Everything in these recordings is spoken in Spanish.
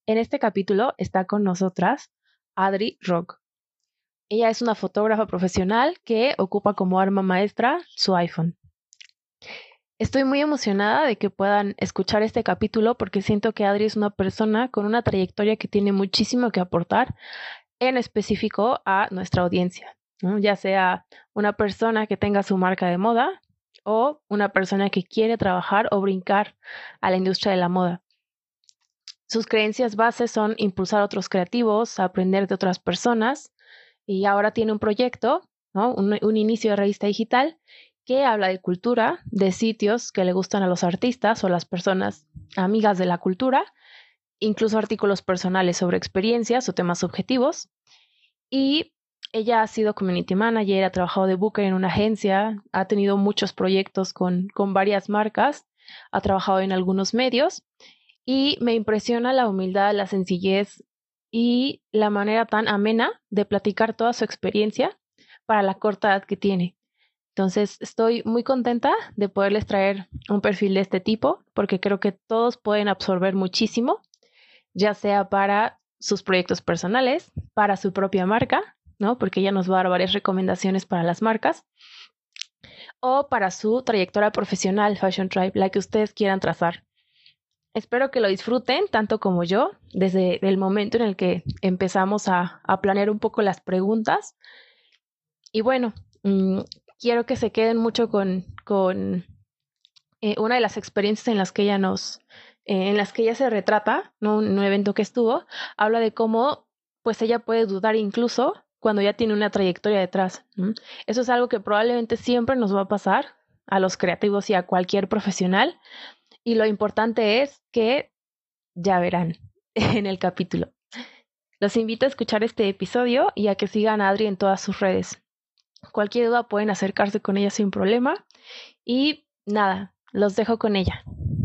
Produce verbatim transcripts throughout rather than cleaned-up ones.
En este capítulo está con nosotras Adri Rock. Ella es una fotógrafa profesional que ocupa como arma maestra su iPhone. Estoy muy emocionada de que puedan escuchar este capítulo porque siento que Adri es una persona con una trayectoria que tiene muchísimo que aportar, en específico a nuestra audiencia, ¿no? Ya sea una persona que tenga su marca de moda o una persona que quiere trabajar o brincar a la industria de la moda. Sus creencias bases son impulsar a otros creativos, aprender de otras personas, y ahora tiene un proyecto, ¿no? un, un inicio de revista digital que habla de cultura, de sitios que le gustan a los artistas o las personas amigas de la cultura, incluso artículos personales sobre experiencias o temas objetivos. Y ella ha sido community manager, ha trabajado de booker en una agencia, ha tenido muchos proyectos con, con varias marcas, ha trabajado en algunos medios y me impresiona la humildad, la sencillez y la manera tan amena de platicar toda su experiencia para la corta edad que tiene. Entonces estoy muy contenta de poderles traer un perfil de este tipo porque creo que todos pueden absorber muchísimo, ya sea para sus proyectos personales, para su propia marca, ¿no? Porque ella nos va a dar varias recomendaciones para las marcas, o para su trayectoria profesional, Fashion Tribe, la que ustedes quieran trazar. Espero que lo disfruten tanto como yo, desde el momento en el que empezamos a, a planear un poco las preguntas. Y bueno, mmm, quiero que se queden mucho con, con eh, una de las experiencias en las que ella nos... en las que ella se retrata, ¿no? Un, un evento que estuvo, habla de cómo pues ella puede dudar incluso cuando ya tiene una trayectoria detrás. ¿Mm? Eso es algo que probablemente siempre nos va a pasar a los creativos y a cualquier profesional, y lo importante es que ya verán en el capítulo. Los invito a escuchar este episodio y a que sigan a Adri en todas sus redes. Cualquier duda pueden acercarse con ella sin problema, y nada, los dejo con ella.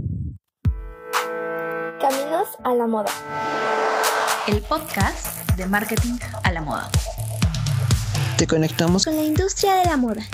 Caminos a la moda. El podcast de marketing a la moda. Te conectamos con la industria de la moda.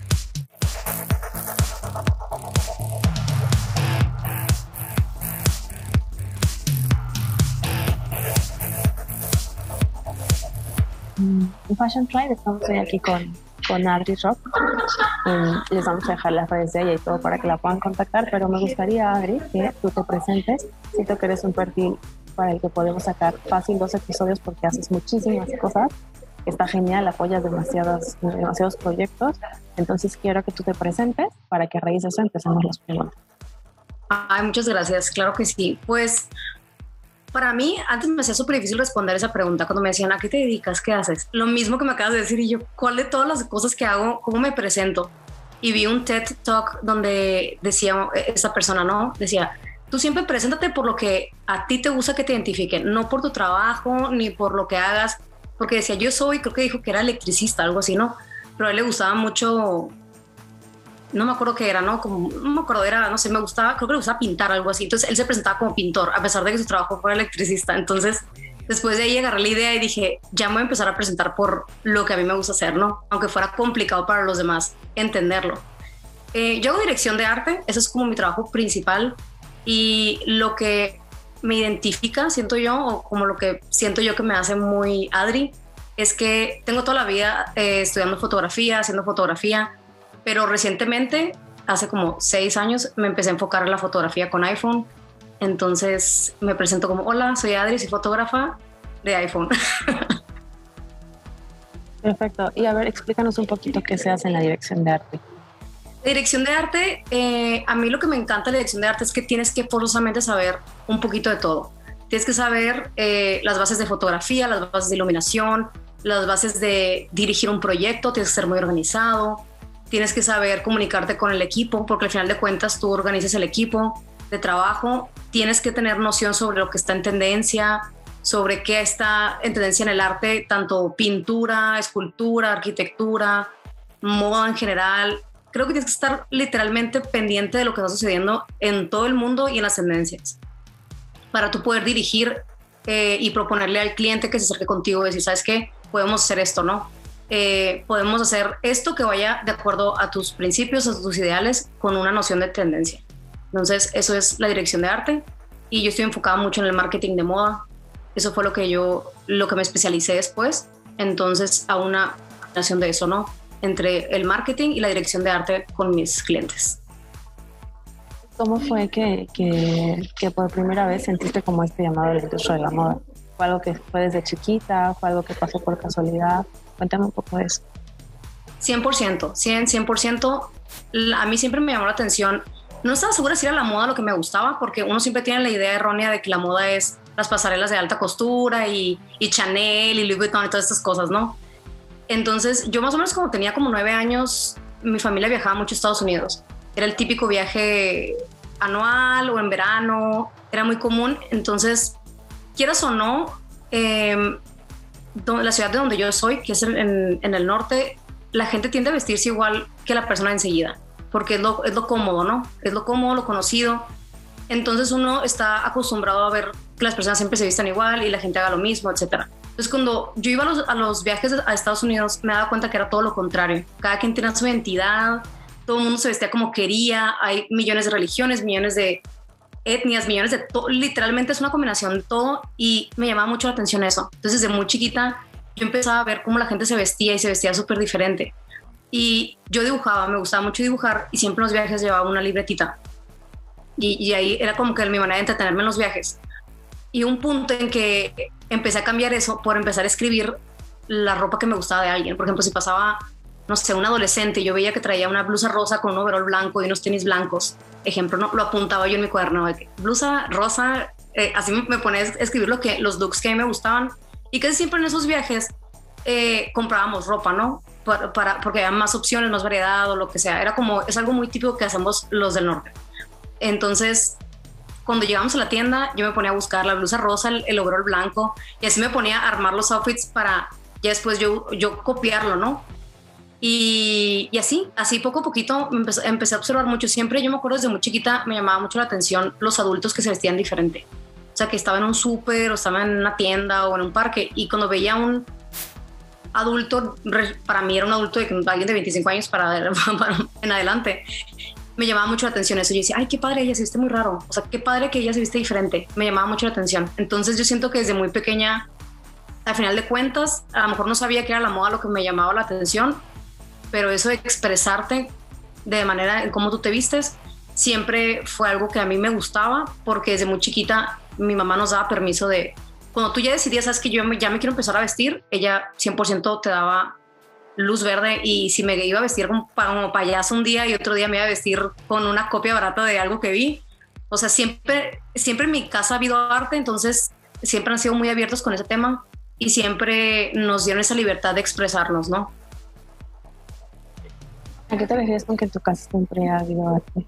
En Fashion Tribe estamos hoy aquí con, con Adri Rock. Y les vamos a dejar las redes de ella y todo para que la puedan contactar, pero me gustaría, Adri, que tú te presentes. Siento que eres un perfil para el que podemos sacar fácil dos episodios porque haces muchísimas cosas. Está genial, apoyas demasiados, demasiados proyectos. Entonces quiero que tú te presentes para que a raíz de eso empecemos las preguntas. Ay, muchas gracias, claro que sí. Pues para mí, antes me hacía súper difícil responder esa pregunta cuando me decían, ¿a qué te dedicas? ¿Qué haces? Lo mismo que me acabas de decir, y yo, ¿cuál de todas las cosas que hago? ¿Cómo me presento? Y vi un TED Talk donde decía esa persona, ¿no? Decía, tú siempre preséntate por lo que a ti te gusta que te identifiquen, no por tu trabajo ni por lo que hagas, porque decía, yo soy, creo que dijo que era electricista, algo así, ¿no? Pero a él le gustaba mucho... no me acuerdo qué era, ¿no? Como, no me acuerdo, era, no sé, me gustaba, creo que le gustaba pintar, algo así. Entonces él se presentaba como pintor, a pesar de que su trabajo fuera electricista. Entonces, después de ahí agarré la idea y dije, ya me voy a empezar a presentar por lo que a mí me gusta hacer, ¿no? Aunque fuera complicado para los demás entenderlo. Eh, yo hago dirección de arte, eso es como mi trabajo principal, y lo que me identifica, siento yo, o como lo que siento yo que me hace muy Adri, es que tengo toda la vida eh, estudiando fotografía, haciendo fotografía, pero recientemente, hace como seis años, me empecé a enfocar en la fotografía con iPhone. Entonces me presento como, hola, soy Adri, soy fotógrafa de iPhone. Perfecto. Y a ver, explícanos un poquito qué se hace en la dirección de arte. La dirección de arte, eh, a mí lo que me encanta de la dirección de arte es que tienes que forzosamente saber un poquito de todo. Tienes que saber eh, las bases de fotografía, las bases de iluminación, las bases de dirigir un proyecto, tienes que ser muy organizado. Tienes que saber comunicarte con el equipo, porque al final de cuentas tú organizas el equipo de trabajo. Tienes que tener noción sobre lo que está en tendencia, sobre qué está en tendencia en el arte, tanto pintura, escultura, arquitectura, moda en general. Creo que tienes que estar literalmente pendiente de lo que está sucediendo en todo el mundo y en las tendencias, para tú poder dirigir eh, y proponerle al cliente que se acerque contigo y decir, ¿sabes qué? Podemos hacer esto, ¿no? Eh, podemos hacer esto que vaya de acuerdo a tus principios, a tus ideales, con una noción de tendencia. Entonces, eso es la dirección de arte, y yo estoy enfocada mucho en el marketing de moda. eso fue lo que yo, lo que me especialicé después. Entonces, a una relación de eso, ¿no? Entre el marketing y la dirección de arte con mis clientes. ¿Cómo fue que, que, que por primera vez sentiste como este llamado a la industria de la moda? ¿Fue algo que fue desde chiquita? ¿Fue algo que pasó por casualidad? Cuéntame un poco de eso. cien por ciento, cien, cien por ciento. A mí siempre me llamó la atención. No estaba segura si era la moda lo que me gustaba, porque uno siempre tiene la idea errónea de que la moda es las pasarelas de alta costura y, y Chanel y Louis Vuitton y todas estas cosas, ¿no? Entonces, yo más o menos como tenía como nueve años, mi familia viajaba mucho a Estados Unidos. Era el típico viaje anual o en verano, era muy común. Entonces, quieras o no, eh, la ciudad de donde yo soy, que es en, en el norte, la gente tiende a vestirse igual que la persona enseguida, porque es lo, es lo cómodo, ¿no? Es lo cómodo, lo conocido. Entonces uno está acostumbrado a ver que las personas siempre se vistan igual y la gente haga lo mismo, etcétera. Entonces cuando yo iba a los, a los viajes a Estados Unidos, me daba cuenta que era todo lo contrario. Cada quien tenía su identidad, todo el mundo se vestía como quería, hay millones de religiones, millones de etnias, millones de todo, literalmente es una combinación de todo y me llamaba mucho la atención eso. Entonces desde muy chiquita yo empezaba a ver cómo la gente se vestía y se vestía súper diferente. Y yo dibujaba, me gustaba mucho dibujar y siempre en los viajes llevaba una libretita. Y, y ahí era como que mi manera de entretenerme en los viajes. Y un punto en que empecé a cambiar eso por empezar a escribir la ropa que me gustaba de alguien. Por ejemplo, si pasaba, no sé, un adolescente y yo veía que traía una blusa rosa con un overol blanco y unos tenis blancos, ejemplo, ¿no? Lo apuntaba yo en mi cuaderno de que blusa rosa, eh, así me, me ponía a escribir lo que, los looks que a mí me gustaban. Y casi siempre en esos viajes eh, comprábamos ropa, ¿no? Para, para, porque había más opciones, más variedad o lo que sea. Era como, es algo muy típico que hacemos los del norte. Entonces, cuando llegamos a la tienda, yo me ponía a buscar la blusa rosa, el, el overol blanco, y así me ponía a armar los outfits para ya después yo, yo copiarlo, ¿no? Y, y así, así poco a poquito empecé, empecé a observar mucho. Siempre, yo me acuerdo desde muy chiquita, me llamaba mucho la atención los adultos que se vestían diferente. O sea, que estaba en un súper o estaba en una tienda o en un parque, y cuando veía un adulto, para mí era un adulto de alguien de veinticinco años para, para en adelante, me llamaba mucho la atención eso. Yo decía, ay, qué padre, ella se viste muy raro. O sea, qué padre que ella se viste diferente. Me llamaba mucho la atención. Entonces yo siento que desde muy pequeña, al final de cuentas, a lo mejor no sabía que era la moda lo que me llamaba la atención, pero eso de expresarte de manera en cómo tú te vistes siempre fue algo que a mí me gustaba, porque desde muy chiquita mi mamá nos daba permiso de, cuando tú ya decidías, sabes que yo ya me quiero empezar a vestir, ella cien por ciento te daba luz verde. Y si me iba a vestir como, como payaso un día y otro día me iba a vestir con una copia barata de algo que vi, o sea, siempre, siempre en mi casa ha habido arte, entonces siempre han sido muy abiertos con ese tema y siempre nos dieron esa libertad de expresarnos, ¿no? ¿A qué te refieres con que en tu casa siempre ha habido arte?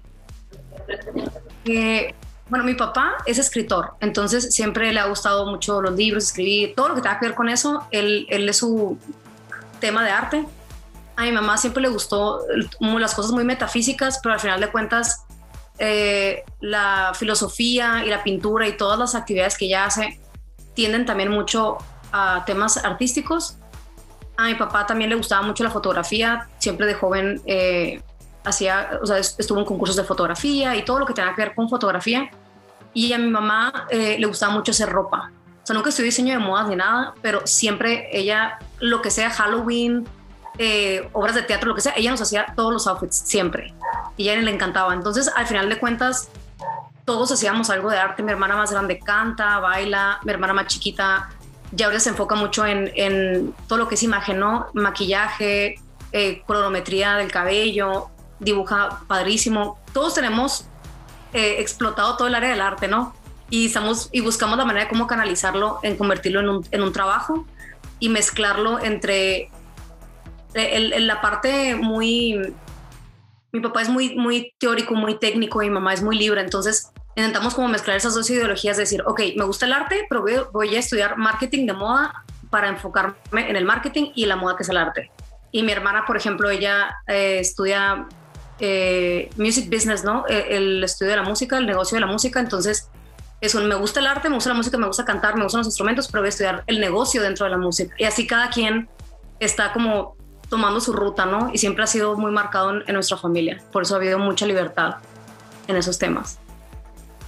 Eh, bueno, mi papá es escritor, entonces siempre le ha gustado mucho los libros, escribir, todo lo que tenga que ver con eso. Él, él es su tema de arte. A mi mamá siempre le gustó las cosas muy metafísicas, pero al final de cuentas eh, la filosofía y la pintura y todas las actividades que ella hace tienden también mucho a temas artísticos. A mi papá también le gustaba mucho la fotografía, siempre de joven eh, hacía, o sea, estuvo en concursos de fotografía y todo lo que tenga que ver con fotografía. Y a mi mamá eh, le gustaba mucho hacer ropa. O sea, nunca estudié diseño de modas ni nada, pero siempre ella, lo que sea, Halloween, eh, obras de teatro, lo que sea, ella nos hacía todos los outfits, siempre. Y a ella le encantaba. Entonces, al final de cuentas, todos hacíamos algo de arte. Mi hermana más grande canta, baila, mi hermana más chiquita ya ahora se enfoca mucho en, en todo lo que es imagen, ¿no? Maquillaje, eh, cronometría del cabello, dibuja padrísimo. Todos tenemos eh, explotado todo el área del arte, ¿no? Y, estamos, y buscamos la manera de cómo canalizarlo, en convertirlo en un, en un trabajo y mezclarlo entre el, el, la parte muy... Mi papá es muy, muy teórico, muy técnico, y mi mamá es muy libre, entonces intentamos como mezclar esas dos ideologías, decir, ok, me gusta el arte, pero voy, voy a estudiar marketing de moda para enfocarme en el marketing y la moda que es el arte. Y mi hermana, por ejemplo, ella eh, estudia eh, music business, ¿no? El, el estudio de la música, el negocio de la música. Entonces, eso, me gusta el arte, me gusta la música, me gusta cantar, me gustan los instrumentos, pero voy a estudiar el negocio dentro de la música. Y así cada quien está como tomando su ruta, ¿no? Y siempre ha sido muy marcado en, en nuestra familia. Por eso ha habido mucha libertad en esos temas.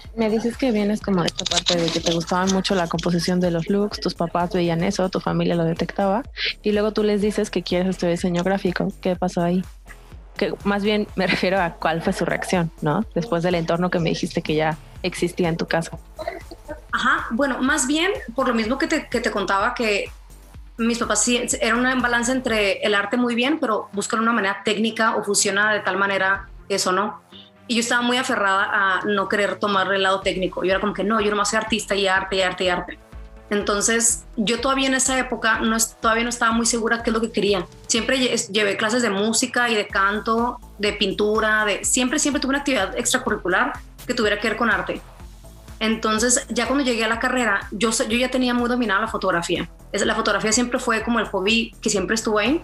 Me dices que vienes como de esta parte de que te gustaba mucho la composición de los looks, tus papás veían eso, tu familia lo detectaba y luego tú les dices que quieres estudiar diseño gráfico. ¿Qué pasó ahí? Que más bien me refiero a cuál fue su reacción, ¿no? Después del entorno que me dijiste que ya existía en tu casa. Ajá, bueno, más bien por lo mismo que te, que te contaba que mis papás sí, era una balance entre el arte muy bien, pero buscar una manera técnica o fusiona de tal manera eso, ¿no? Y yo estaba muy aferrada a no querer tomar el lado técnico. Yo era como que no, yo nomás soy artista y arte y arte y arte. Entonces yo todavía en esa época no, todavía no estaba muy segura qué es lo que quería. Siempre llevé clases de música y de canto, de pintura, de, siempre, siempre tuve una actividad extracurricular que tuviera que ver con arte. Entonces ya cuando llegué a la carrera, yo, yo ya tenía muy dominada la fotografía. La fotografía siempre fue como el hobby que siempre estuvo ahí.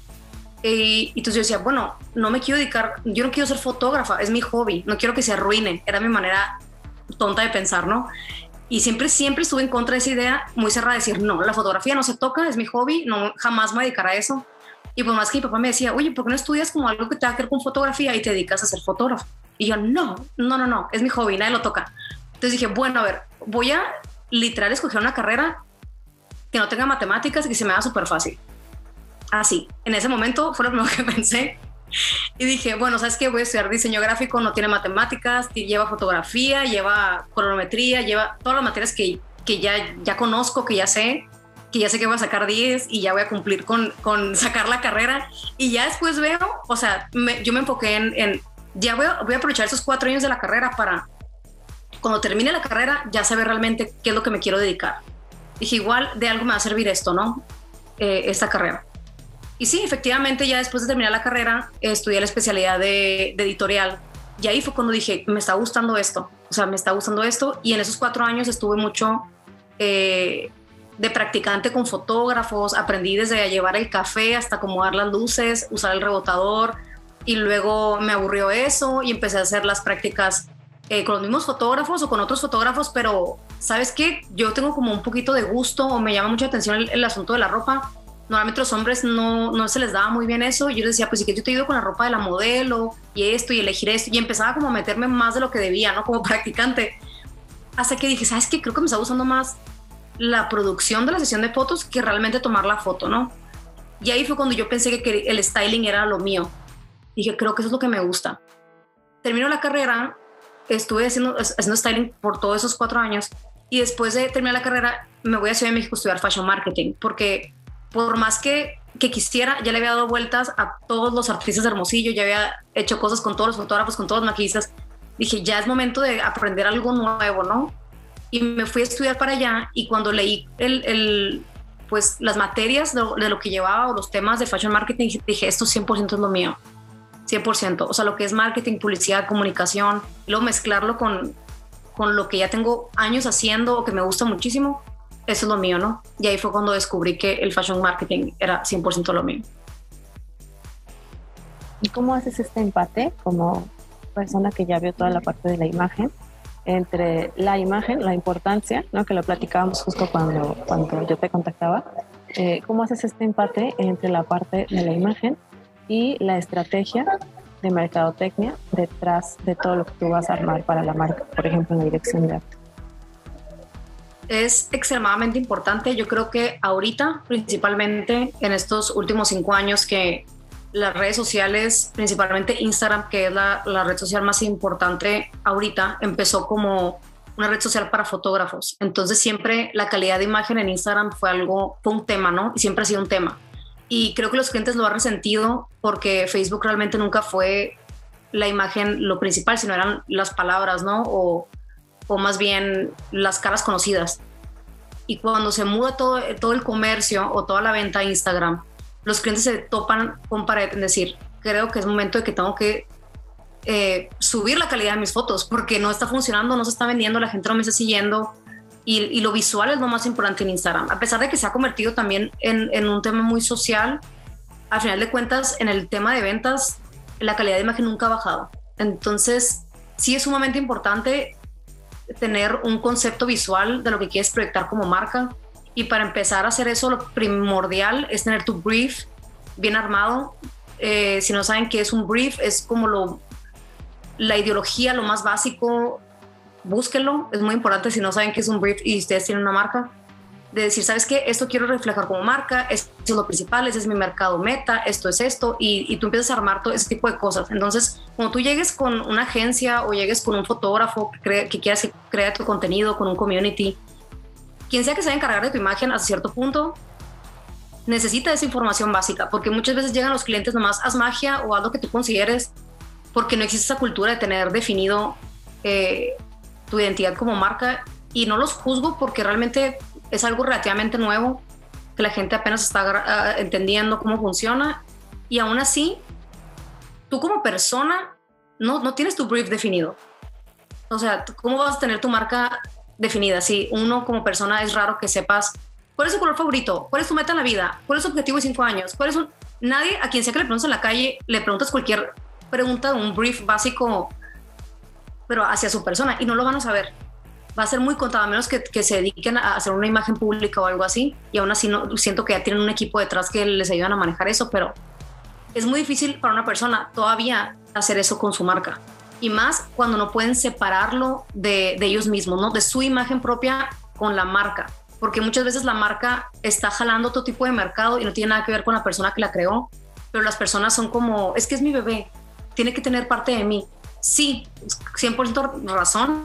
Y entonces yo decía, bueno, no me quiero dedicar, yo no quiero ser fotógrafa, es mi hobby, no quiero que se arruine. Era mi manera tonta de pensar, ¿no? Y siempre, siempre estuve en contra de esa idea, muy cerrada, de decir, no, la fotografía no se toca, es mi hobby, no, jamás me voy a dedicar a eso. Y por más que mi papá me decía, oye, ¿por qué no estudias como algo que tenga que ver con fotografía y te dedicas a ser fotógrafo? Y yo, no, no, no, no, es mi hobby, nadie lo toca. Entonces dije, bueno, a ver, voy a literal escoger una carrera que no tenga matemáticas y que se me haga súper fácil. Así, en ese momento fue lo primero que pensé y dije, bueno, ¿sabes qué? Voy a estudiar diseño gráfico, no tiene matemáticas, lleva fotografía, lleva cronometría, lleva todas las materias que, que ya, ya conozco, que ya sé, que ya sé que voy a sacar diez y ya voy a cumplir con, con sacar la carrera. Y ya después veo, o sea, me, yo me enfoqué en, en ya voy a, voy a aprovechar esos cuatro años de la carrera para, cuando termine la carrera, ya saber realmente qué es lo que me quiero dedicar. Dije, igual de algo me va a servir esto, ¿no? Eh, esta carrera. Y sí, efectivamente, ya después de terminar la carrera, eh, estudié la especialidad de, de editorial. Y ahí fue cuando dije, me está gustando esto. O sea, me está gustando esto. Y en esos cuatro años estuve mucho eh, de practicante con fotógrafos. Aprendí desde a llevar el café hasta acomodar las luces, usar el rebotador. Y luego me aburrió eso y empecé a hacer las prácticas eh, con los mismos fotógrafos o con otros fotógrafos. Pero, ¿sabes qué? Yo tengo como un poquito de gusto o me llama mucha atención el, el asunto de la ropa. Normalmente los hombres no, no se les daba muy bien eso. Yo les decía, pues sí que yo te he ido con la ropa de la modelo y esto y elegir esto. Y empezaba como a meterme más de lo que debía, ¿no? Como practicante. Hasta que dije, ¿sabes qué? Creo que me está gustando más la producción de la sesión de fotos que realmente tomar la foto, ¿no? Y ahí fue cuando yo pensé que el styling era lo mío. Dije, creo que eso es lo que me gusta. Termino la carrera, estuve haciendo, haciendo styling por todos esos cuatro años. Y después de terminar la carrera, me voy a Ciudad de México a estudiar fashion marketing, porque por más que, que quisiera, ya le había dado vueltas a todos los artistas de Hermosillo, ya había hecho cosas con todos los fotógrafos, con todos los maquillistas. Dije, ya es momento de aprender algo nuevo, ¿no? Y me fui a estudiar para allá y cuando leí el, el, pues, las materias de, de lo que llevaba o los temas de fashion marketing, dije, esto cien por ciento es lo mío, cien por ciento. O sea, lo que es marketing, publicidad, comunicación, y luego mezclarlo con, con lo que ya tengo años haciendo o que me gusta muchísimo. Eso es lo mío, ¿no? Y ahí fue cuando descubrí que el fashion marketing era cien por ciento lo mío. ¿Y cómo haces este empate como persona que ya vio toda la parte de la imagen entre la imagen, la importancia, ¿no? Que lo platicábamos justo cuando, cuando yo te contactaba? Eh, ¿Cómo haces este empate entre la parte de la imagen y la estrategia de mercadotecnia detrás de todo lo que tú vas a armar para la marca, por ejemplo, en la dirección de arte? Es extremadamente importante. Yo creo que ahorita, principalmente en estos últimos cinco años que las redes sociales, principalmente Instagram, que es la, la red social más importante ahorita, empezó como una red social para fotógrafos. Entonces siempre la calidad de imagen en Instagram fue algo, fue un tema, ¿no? Y siempre ha sido un tema. Y creo que los clientes lo han resentido porque Facebook realmente nunca fue la imagen lo principal, sino eran las palabras, ¿no? O o más bien las caras conocidas. Y cuando se muda todo, todo el comercio o toda la venta a Instagram, los clientes se topan con pared en decir, creo que es momento de que tengo que eh, subir la calidad de mis fotos porque no está funcionando, no se está vendiendo, la gente no me está siguiendo y, y lo visual es lo más importante en Instagram. A pesar de que se ha convertido también en, en un tema muy social, al final de cuentas en el tema de ventas la calidad de imagen nunca ha bajado. Entonces sí es sumamente importante tener un concepto visual de lo que quieres proyectar como marca, y para empezar a hacer eso lo primordial es tener tu brief bien armado. Eh, si no saben qué es un brief, es como lo, la ideología, lo más básico búsquenlo, es muy importante si no saben qué es un brief y ustedes tienen una marca, de decir, ¿sabes qué? Esto quiero reflejar como marca, esto es lo principal, ese es mi mercado meta, esto es esto, y, y tú empiezas a armar todo ese tipo de cosas. Entonces, cuando tú llegues con una agencia o llegues con un fotógrafo que, cree, que quieras que crea tu contenido, con un community, quien sea que se va a encargar de tu imagen a cierto punto, necesita esa información básica, porque muchas veces llegan los clientes nomás, haz magia o haz lo que tú consideres, porque no existe esa cultura de tener definido eh, tu identidad como marca, y no los juzgo porque realmente es algo relativamente nuevo, que la gente apenas está uh, entendiendo cómo funciona, y aún así, tú como persona no, no tienes tu brief definido. O sea, ¿cómo vas a tener tu marca definida? Si uno como persona es raro que sepas cuál es tu color favorito, cuál es tu meta en la vida, cuál es tu objetivo de cinco años, cuál es un... Nadie, a quien sea que le preguntes en la calle, le preguntas cualquier pregunta, un brief básico, pero hacia su persona, y no lo van a saber. Va a ser muy contado, a menos que, que se dediquen a hacer una imagen pública o algo así, y aún así no, siento que ya tienen un equipo detrás que les ayudan a manejar eso, pero es muy difícil para una persona todavía hacer eso con su marca, y más cuando no pueden separarlo de, de ellos mismos, ¿no? De su imagen propia con la marca, porque muchas veces la marca está jalando otro tipo de mercado y no tiene nada que ver con la persona que la creó, pero las personas son como, es que es mi bebé, tiene que tener parte de mí. Sí, cien por ciento razón,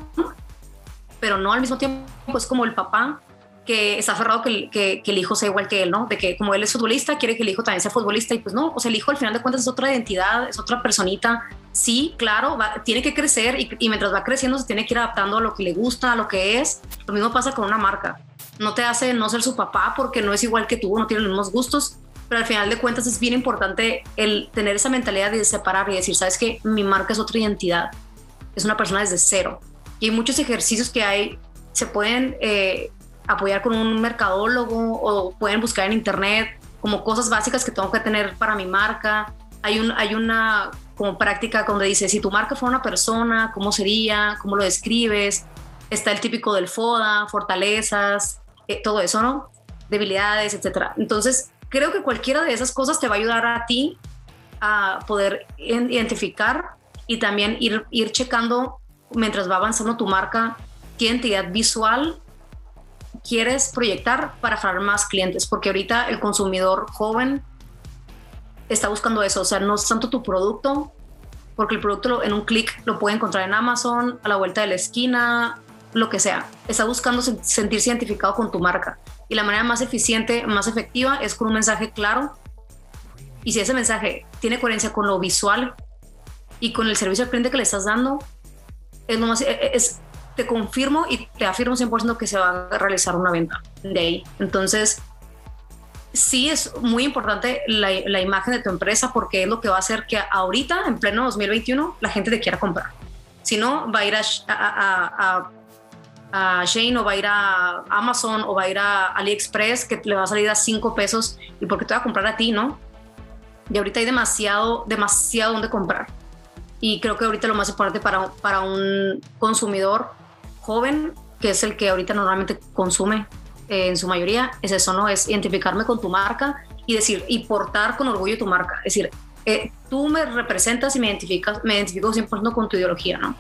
pero no al mismo tiempo. Es como el papá que está aferrado que, que, que el hijo sea igual que él, ¿no? De que como él es futbolista, quiere que el hijo también sea futbolista, y pues no, o sea, el hijo al final de cuentas es otra identidad, es otra personita. Sí, claro, va, tiene que crecer, y, y mientras va creciendo se tiene que ir adaptando a lo que le gusta, a lo que es. Lo mismo pasa con una marca. No te hace no ser su papá porque no es igual que tú, no tiene los mismos gustos, pero al final de cuentas es bien importante el tener esa mentalidad de separar y decir, ¿sabes qué? Mi marca es otra identidad, es una persona desde cero. Y hay muchos ejercicios que hay, se pueden eh, apoyar con un mercadólogo, o pueden buscar en internet como cosas básicas que tengo que tener para mi marca. Hay, un, hay una como práctica donde dice, si tu marca fuera una persona, ¿cómo sería? ¿Cómo lo describes? Está el típico del FODA, fortalezas, eh, todo eso, ¿no? Debilidades, etcétera. Entonces, creo que cualquiera de esas cosas te va a ayudar a ti a poder identificar y también ir, ir checando mientras va avanzando tu marca, qué identidad visual quieres proyectar para jalar más clientes, porque ahorita el consumidor joven está buscando eso. O sea, no es tanto tu producto, porque el producto lo, en un clic lo puede encontrar en Amazon, a la vuelta de la esquina, lo que sea. Está buscando sentirse identificado con tu marca, y la manera más eficiente, más efectiva es con un mensaje claro, y si ese mensaje tiene coherencia con lo visual y con el servicio al cliente que le estás dando, es lo más, es, te confirmo y te afirmo cien por ciento que se va a realizar una venta de ahí. Entonces, sí es muy importante la, la imagen de tu empresa, porque es lo que va a hacer que ahorita, en pleno dos mil veintiuno, la gente te quiera comprar. Si no, va a ir a, a, a, a Shein, o va a ir a Amazon, o va a ir a AliExpress, que le va a salir a cinco pesos, y porque te va a comprar a ti, ¿no? Y ahorita hay demasiado, demasiado donde comprar. Y creo que ahorita lo más importante para, para un consumidor joven, que es el que ahorita normalmente consume eh, en su mayoría, es eso, ¿no? Es identificarme con tu marca y decir, y portar con orgullo tu marca. Es decir, eh, tú me representas y me identificas, me identifico cien por ciento con tu ideología, ¿no?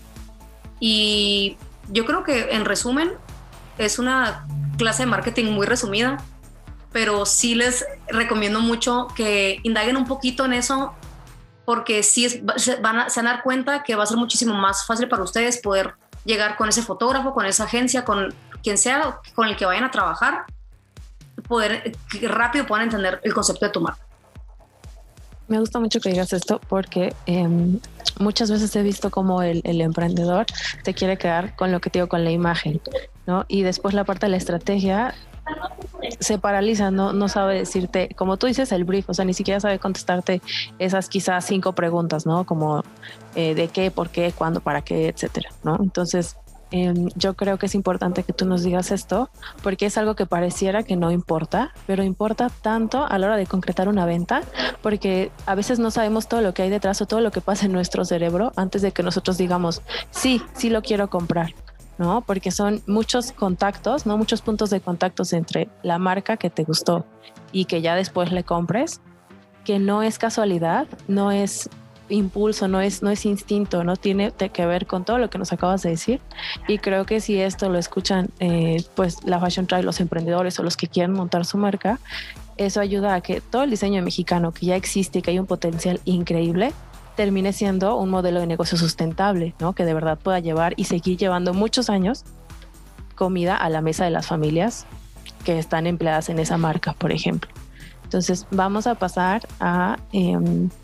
Y yo creo que, en resumen, es una clase de marketing muy resumida, pero sí les recomiendo mucho que indaguen un poquito en eso, porque sí es, se, van a, se van a dar cuenta que va a ser muchísimo más fácil para ustedes poder llegar con ese fotógrafo, con esa agencia, con quien sea con el que vayan a trabajar, poder que rápido puedan entender el concepto de tu marca. Me gusta mucho que digas esto, porque eh, muchas veces he visto como el, el emprendedor te quiere quedar con lo que te digo, con la imagen, ¿no? Y después la parte de la estrategia se paraliza, no, no sabe decirte, como tú dices, el brief, o sea, ni siquiera sabe contestarte esas quizás cinco preguntas, ¿no? Como eh, de qué, por qué, cuándo, para qué, etcétera, ¿no? Entonces, eh, yo creo que es importante que tú nos digas esto, porque es algo que pareciera que no importa, pero importa tanto a la hora de concretar una venta, porque a veces no sabemos todo lo que hay detrás o todo lo que pasa en nuestro cerebro antes de que nosotros digamos, sí, sí lo quiero comprar, ¿no? Porque son muchos contactos, ¿no? Muchos puntos de contactos entre la marca que te gustó y que ya después le compres, que no es casualidad, no es impulso, no es, no es instinto, no tiene que ver con todo lo que nos acabas de decir. Y creo que si esto lo escuchan eh, pues la Fashion Tribe, los emprendedores o los que quieren montar su marca, eso ayuda a que todo el diseño mexicano que ya existe y que hay un potencial increíble termine siendo un modelo de negocio sustentable, ¿no? Que de verdad pueda llevar y seguir llevando muchos años comida a la mesa de las familias que están empleadas en esa marca, por ejemplo. Entonces vamos a pasar a... Eh,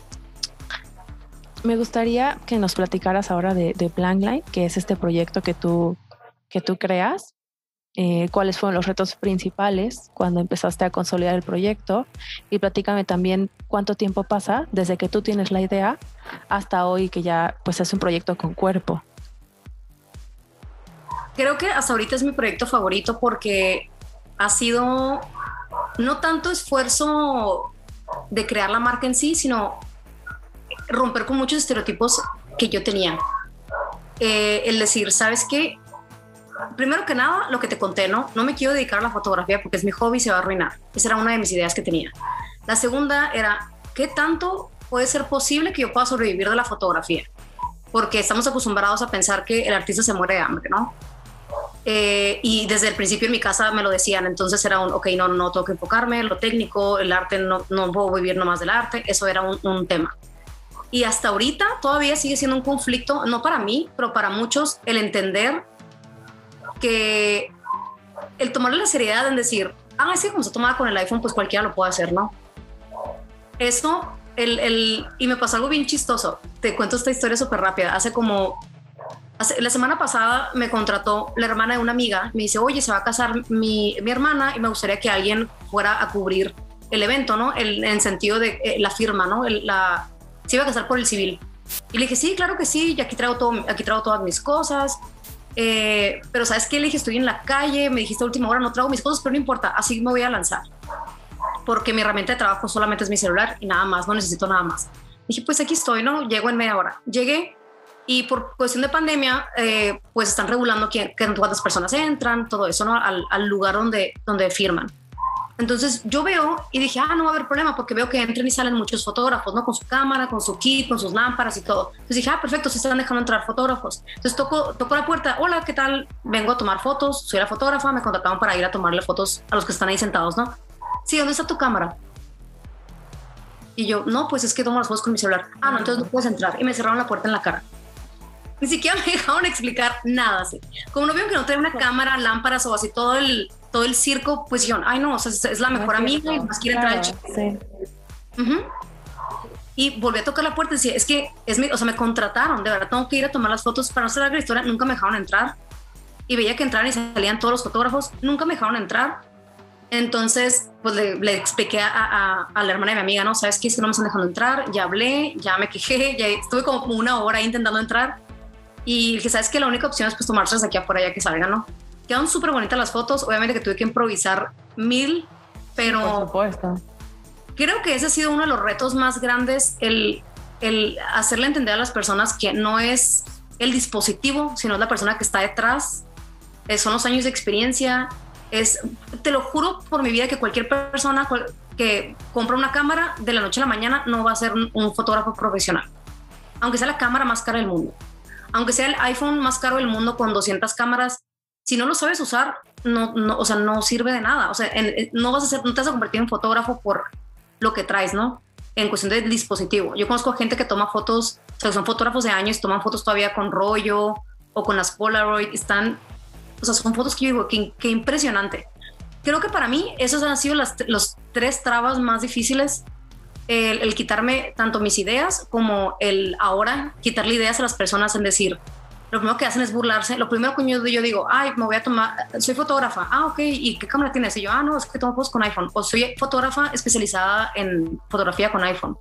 me gustaría que nos platicaras ahora de, de Plankline, que es este proyecto que tú, que tú creas. Eh, ¿Cuáles fueron los retos principales cuando empezaste a consolidar el proyecto? Y platícame también cuánto tiempo pasa desde que tú tienes la idea hasta hoy que ya pues es un proyecto con cuerpo. Creo que hasta ahorita es mi proyecto favorito porque ha sido no tanto esfuerzo de crear la marca en sí, sino romper con muchos estereotipos que yo tenía. Eh, el decir, ¿sabes qué? Primero que nada, lo que te conté, ¿no? No me quiero dedicar a la fotografía porque es mi hobby y se va a arruinar. Esa era una de mis ideas que tenía. La segunda era, ¿qué tanto puede ser posible que yo pueda sobrevivir de la fotografía? Porque estamos acostumbrados a pensar que el artista se muere de hambre, ¿no? Eh, y desde el principio en mi casa me lo decían, entonces era un, ok, no, no, tengo que enfocarme, lo técnico, el arte, no, no puedo vivir nomás del arte, eso era un, un tema. Y hasta ahorita todavía sigue siendo un conflicto, no para mí, pero para muchos, el entender que el tomarle la seriedad en decir, ah, es que como se tomaba con el iPhone, pues cualquiera lo puede hacer, ¿no? Eso, el, el, y me pasó algo bien chistoso, te cuento esta historia súper rápida, hace como... La semana pasada me contrató la hermana de una amiga, me dice, oye, se va a casar mi, mi hermana y me gustaría que alguien fuera a cubrir el evento, ¿no? El, en el sentido de eh, la firma, ¿no? El, la, se iba a casar por el civil. Y le dije, sí, claro que sí, y aquí traigo, todo, aquí traigo todas mis cosas. Eh, pero ¿sabes qué? Le dije, estoy en la calle, me dijiste a última hora, no traigo mis cosas, pero no importa, así me voy a lanzar. Porque mi herramienta de trabajo solamente es mi celular y nada más, no necesito nada más. Dije, pues aquí estoy, ¿no? Llego en media hora. Llegué. Y por cuestión de pandemia, eh, pues están regulando quién, cuántas personas entran, todo eso, ¿no? Al, al lugar donde, donde firman. Entonces yo veo y dije, ah, no va a haber problema porque veo que entran y salen muchos fotógrafos, ¿no? Con su cámara, con su kit, con sus lámparas y todo. Entonces dije, ah, perfecto, se están dejando entrar fotógrafos. Entonces toco, toco la puerta, hola, ¿qué tal? Vengo a tomar fotos, soy la fotógrafa, me contrataron para ir a tomarle fotos a los que están ahí sentados, ¿no? Sí, ¿dónde está tu cámara? Y yo, no, pues es que tomo las fotos con mi celular. Ah, no, entonces no puedes entrar. Y me cerraron la puerta en la cara. Ni siquiera me dejaron explicar nada así. Como no vieron que no trae una cámara, lámparas o así todo el, todo el circo, pues dijeron, ay no, o sea, es la mejor amiga y más quiere entrar el chico. Sí. Uh-huh. Y volví a tocar la puerta y decía, es que, es mi, o sea, me contrataron, de verdad, tengo que ir a tomar las fotos. Para no ser larga la historia, nunca me dejaron entrar. Y veía que entraban y salían todos los fotógrafos, nunca me dejaron entrar. Entonces, pues le, le expliqué a, a, a la hermana de mi amiga, ¿no? ¿Sabes qué? Es que no me están dejando entrar. Ya hablé, ya me quejé, ya estuve como una hora ahí intentando entrar. Y que sabes que la única opción es pues tomárselas aquí afuera ya que salgan, ¿no? Quedaron súper bonitas las fotos, obviamente que tuve que improvisar mil, pero... Por supuesto. Creo que ese ha sido uno de los retos más grandes, el, el hacerle entender a las personas que no es el dispositivo, sino es la persona que está detrás, eh, son los años de experiencia, es, te lo juro por mi vida que cualquier persona cual, que compra una cámara de la noche a la mañana no va a ser un, un fotógrafo profesional, aunque sea la cámara más cara del mundo. Aunque sea el iPhone más caro del mundo con doscientas cámaras, si no lo sabes usar, no, no, o sea, no sirve de nada. O sea, en, no vas a ser, no te vas a convertir en fotógrafo por lo que traes, ¿no? En cuestión del dispositivo. Yo conozco gente que toma fotos, o sea, son fotógrafos de años, toman fotos todavía con rollo o con las Polaroid. Están, o sea, son fotos que yo digo, qué, qué impresionante. Creo que para mí esos han sido las, los tres trabas más difíciles. El, el quitarme tanto mis ideas como el ahora quitarle ideas a las personas en decir, lo primero que hacen es burlarse. Lo primero que yo, yo digo, ay, me voy a tomar, soy fotógrafa. Ah, ok, ¿y qué cámara tienes? Y yo, ah, no, es que tomo fotos con iPhone. O soy fotógrafa especializada en fotografía con iPhone.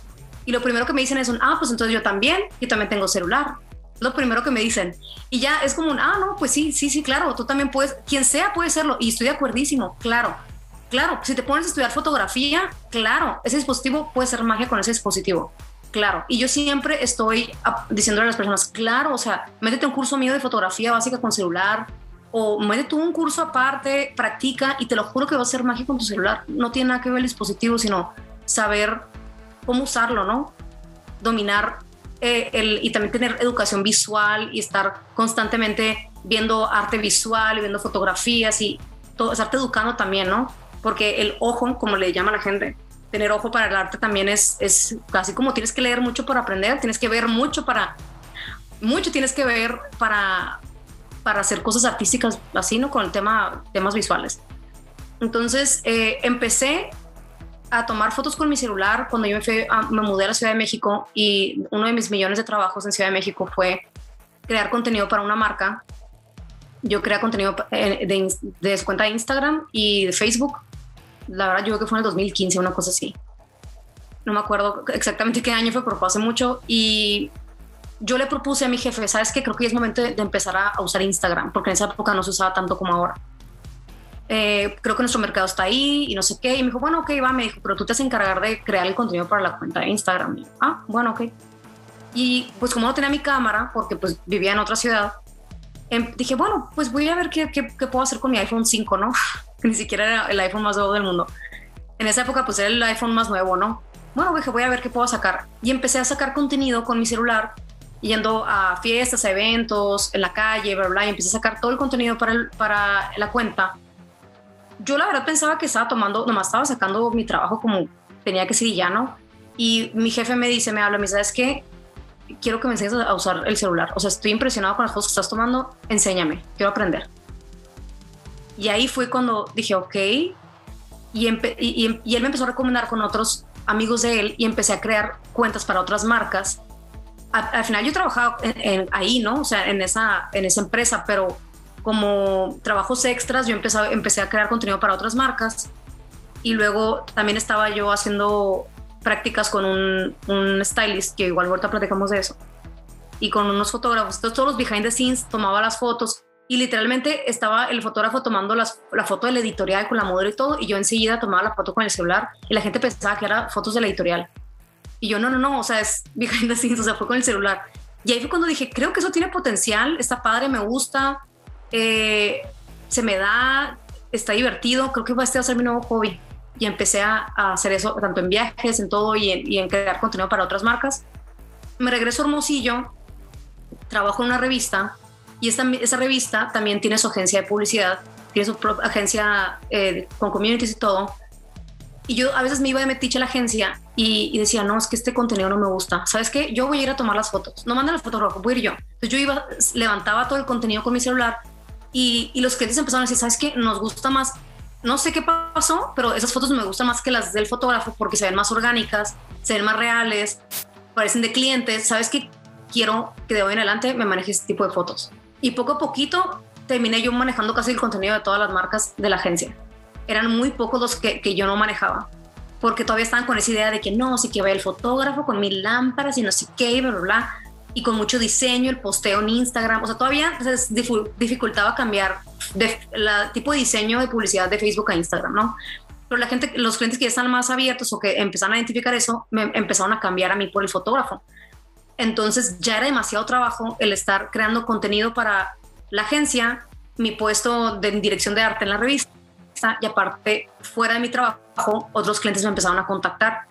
Y lo primero que me dicen es un, ah, pues entonces yo también, yo también tengo celular. Lo primero que me dicen. Y ya es como un, ah, no, pues sí, sí, sí, claro, tú también puedes, quien sea puede serlo. Y estoy de acuerdísimo, claro. Claro, si te pones a estudiar fotografía, claro, ese dispositivo puede ser magia con ese dispositivo, claro. Y yo siempre estoy diciéndole a las personas, claro, o sea, métete un curso mío de fotografía básica con celular o métete un curso aparte, practica y te lo juro que va a ser magia con tu celular. No tiene nada que ver el dispositivo, sino saber cómo usarlo, ¿no? dominar eh, el, y también tener educación visual y estar constantemente viendo arte visual y viendo fotografías y todo, estarte educando también, ¿no? Porque el ojo, como le llama la gente, tener ojo para el arte también es, es casi como tienes que leer mucho para aprender, tienes que ver mucho para, mucho tienes que ver para, para hacer cosas artísticas así, ¿no? Con el tema, temas visuales. Entonces eh, empecé a tomar fotos con mi celular cuando yo me, fui a, me mudé a la Ciudad de México, y uno de mis millones de trabajos en Ciudad de México fue crear contenido para una marca. Yo creé contenido de, de, de su cuenta de Instagram y de Facebook. La verdad, yo creo que fue en el dos mil quince, una cosa así. No me acuerdo exactamente qué año fue, pero fue hace mucho. Y yo le propuse a mi jefe, ¿sabes qué? Creo que ya es momento de, de empezar a, a usar Instagram, porque en esa época no se usaba tanto como ahora. Eh, creo que nuestro mercado está ahí y no sé qué. Y me dijo, bueno, ok, va. Me dijo, pero tú te vas a encargar de crear el contenido para la cuenta de Instagram. Y yo, ah, bueno, ok. Y pues como no tenía mi cámara, porque pues vivía en otra ciudad, eh, dije, bueno, pues voy a ver qué, qué, qué puedo hacer con mi iPhone cinco, ¿no? Ni siquiera era el iPhone más nuevo del mundo. En esa época pues era el iPhone más nuevo, ¿no? Bueno, dije, voy a ver qué puedo sacar. Y empecé a sacar contenido con mi celular, yendo a fiestas, a eventos, en la calle, bla, bla, y empecé a sacar todo el contenido para, el, para la cuenta. Yo la verdad pensaba que estaba tomando, nomás estaba sacando mi trabajo como tenía que ser y ya, ¿no? Y mi jefe me dice, me habla, me dice, ¿sabes qué? Quiero que me enseñes a usar el celular. O sea, estoy impresionado con las fotos que estás tomando, enséñame, quiero aprender. Y ahí fue cuando dije, ok, y, empe- y, y, y él me empezó a recomendar con otros amigos de él y empecé a crear cuentas para otras marcas. A, al final yo trabajaba en, en, ahí, ¿no? O sea, en esa, en esa empresa, pero como trabajos extras yo empecé, empecé a crear contenido para otras marcas, y luego también estaba yo haciendo prácticas con un, un stylist, que igual ahorita platicamos de eso, y con unos fotógrafos. Entonces todos los behind the scenes tomaba las fotos y literalmente estaba el fotógrafo tomando las, la foto del editorial con la modelo y todo, y yo enseguida tomaba la foto con el celular y la gente pensaba que era fotos de la editorial, y yo no, no, no, o sea, es behind the scenes, o sea, fue con el celular. Y ahí fue cuando dije, creo que eso tiene potencial, está padre, me gusta, eh, se me da, está divertido, creo que va a ser mi nuevo hobby. Y empecé a, a hacer eso tanto en viajes, en todo, y en, y en crear contenido para otras marcas. Me regreso a Hermosillo, trabajo en una revista, y esta, esa revista también tiene su agencia de publicidad, tiene su propia agencia eh, con communities y todo. Y yo a veces me iba de metiche a la agencia y, y decía, no, es que este contenido no me gusta. ¿Sabes qué? Yo voy a ir a tomar las fotos. No manden los fotógrafos, voy a ir yo. Entonces yo iba, levantaba todo el contenido con mi celular, y, y los clientes empezaron a decir, ¿sabes qué? Nos gusta más. No sé qué pasó, pero esas fotos me gustan más que las del fotógrafo porque se ven más orgánicas, se ven más reales, parecen de clientes. ¿Sabes qué? Quiero que de hoy en adelante me maneje este tipo de fotos. Y poco a poquito terminé yo manejando casi el contenido de todas las marcas de la agencia. Eran muy pocos los que, que yo no manejaba, porque todavía estaban con esa idea de que no, sí que vaya el fotógrafo con mil lámparas y no sé qué, bla, bla, bla, y con mucho diseño, el posteo en Instagram. O sea, todavía se dificultaba cambiar de la tipo de diseño de publicidad de Facebook a Instagram, ¿no? Pero la gente, los clientes que ya están más abiertos o que empezaron a identificar eso, me empezaron a cambiar a mí por el fotógrafo. Entonces ya era demasiado trabajo el estar creando contenido para la agencia, mi puesto de dirección de arte en la revista, y aparte, fuera de mi trabajo, otros clientes me empezaron a contactar.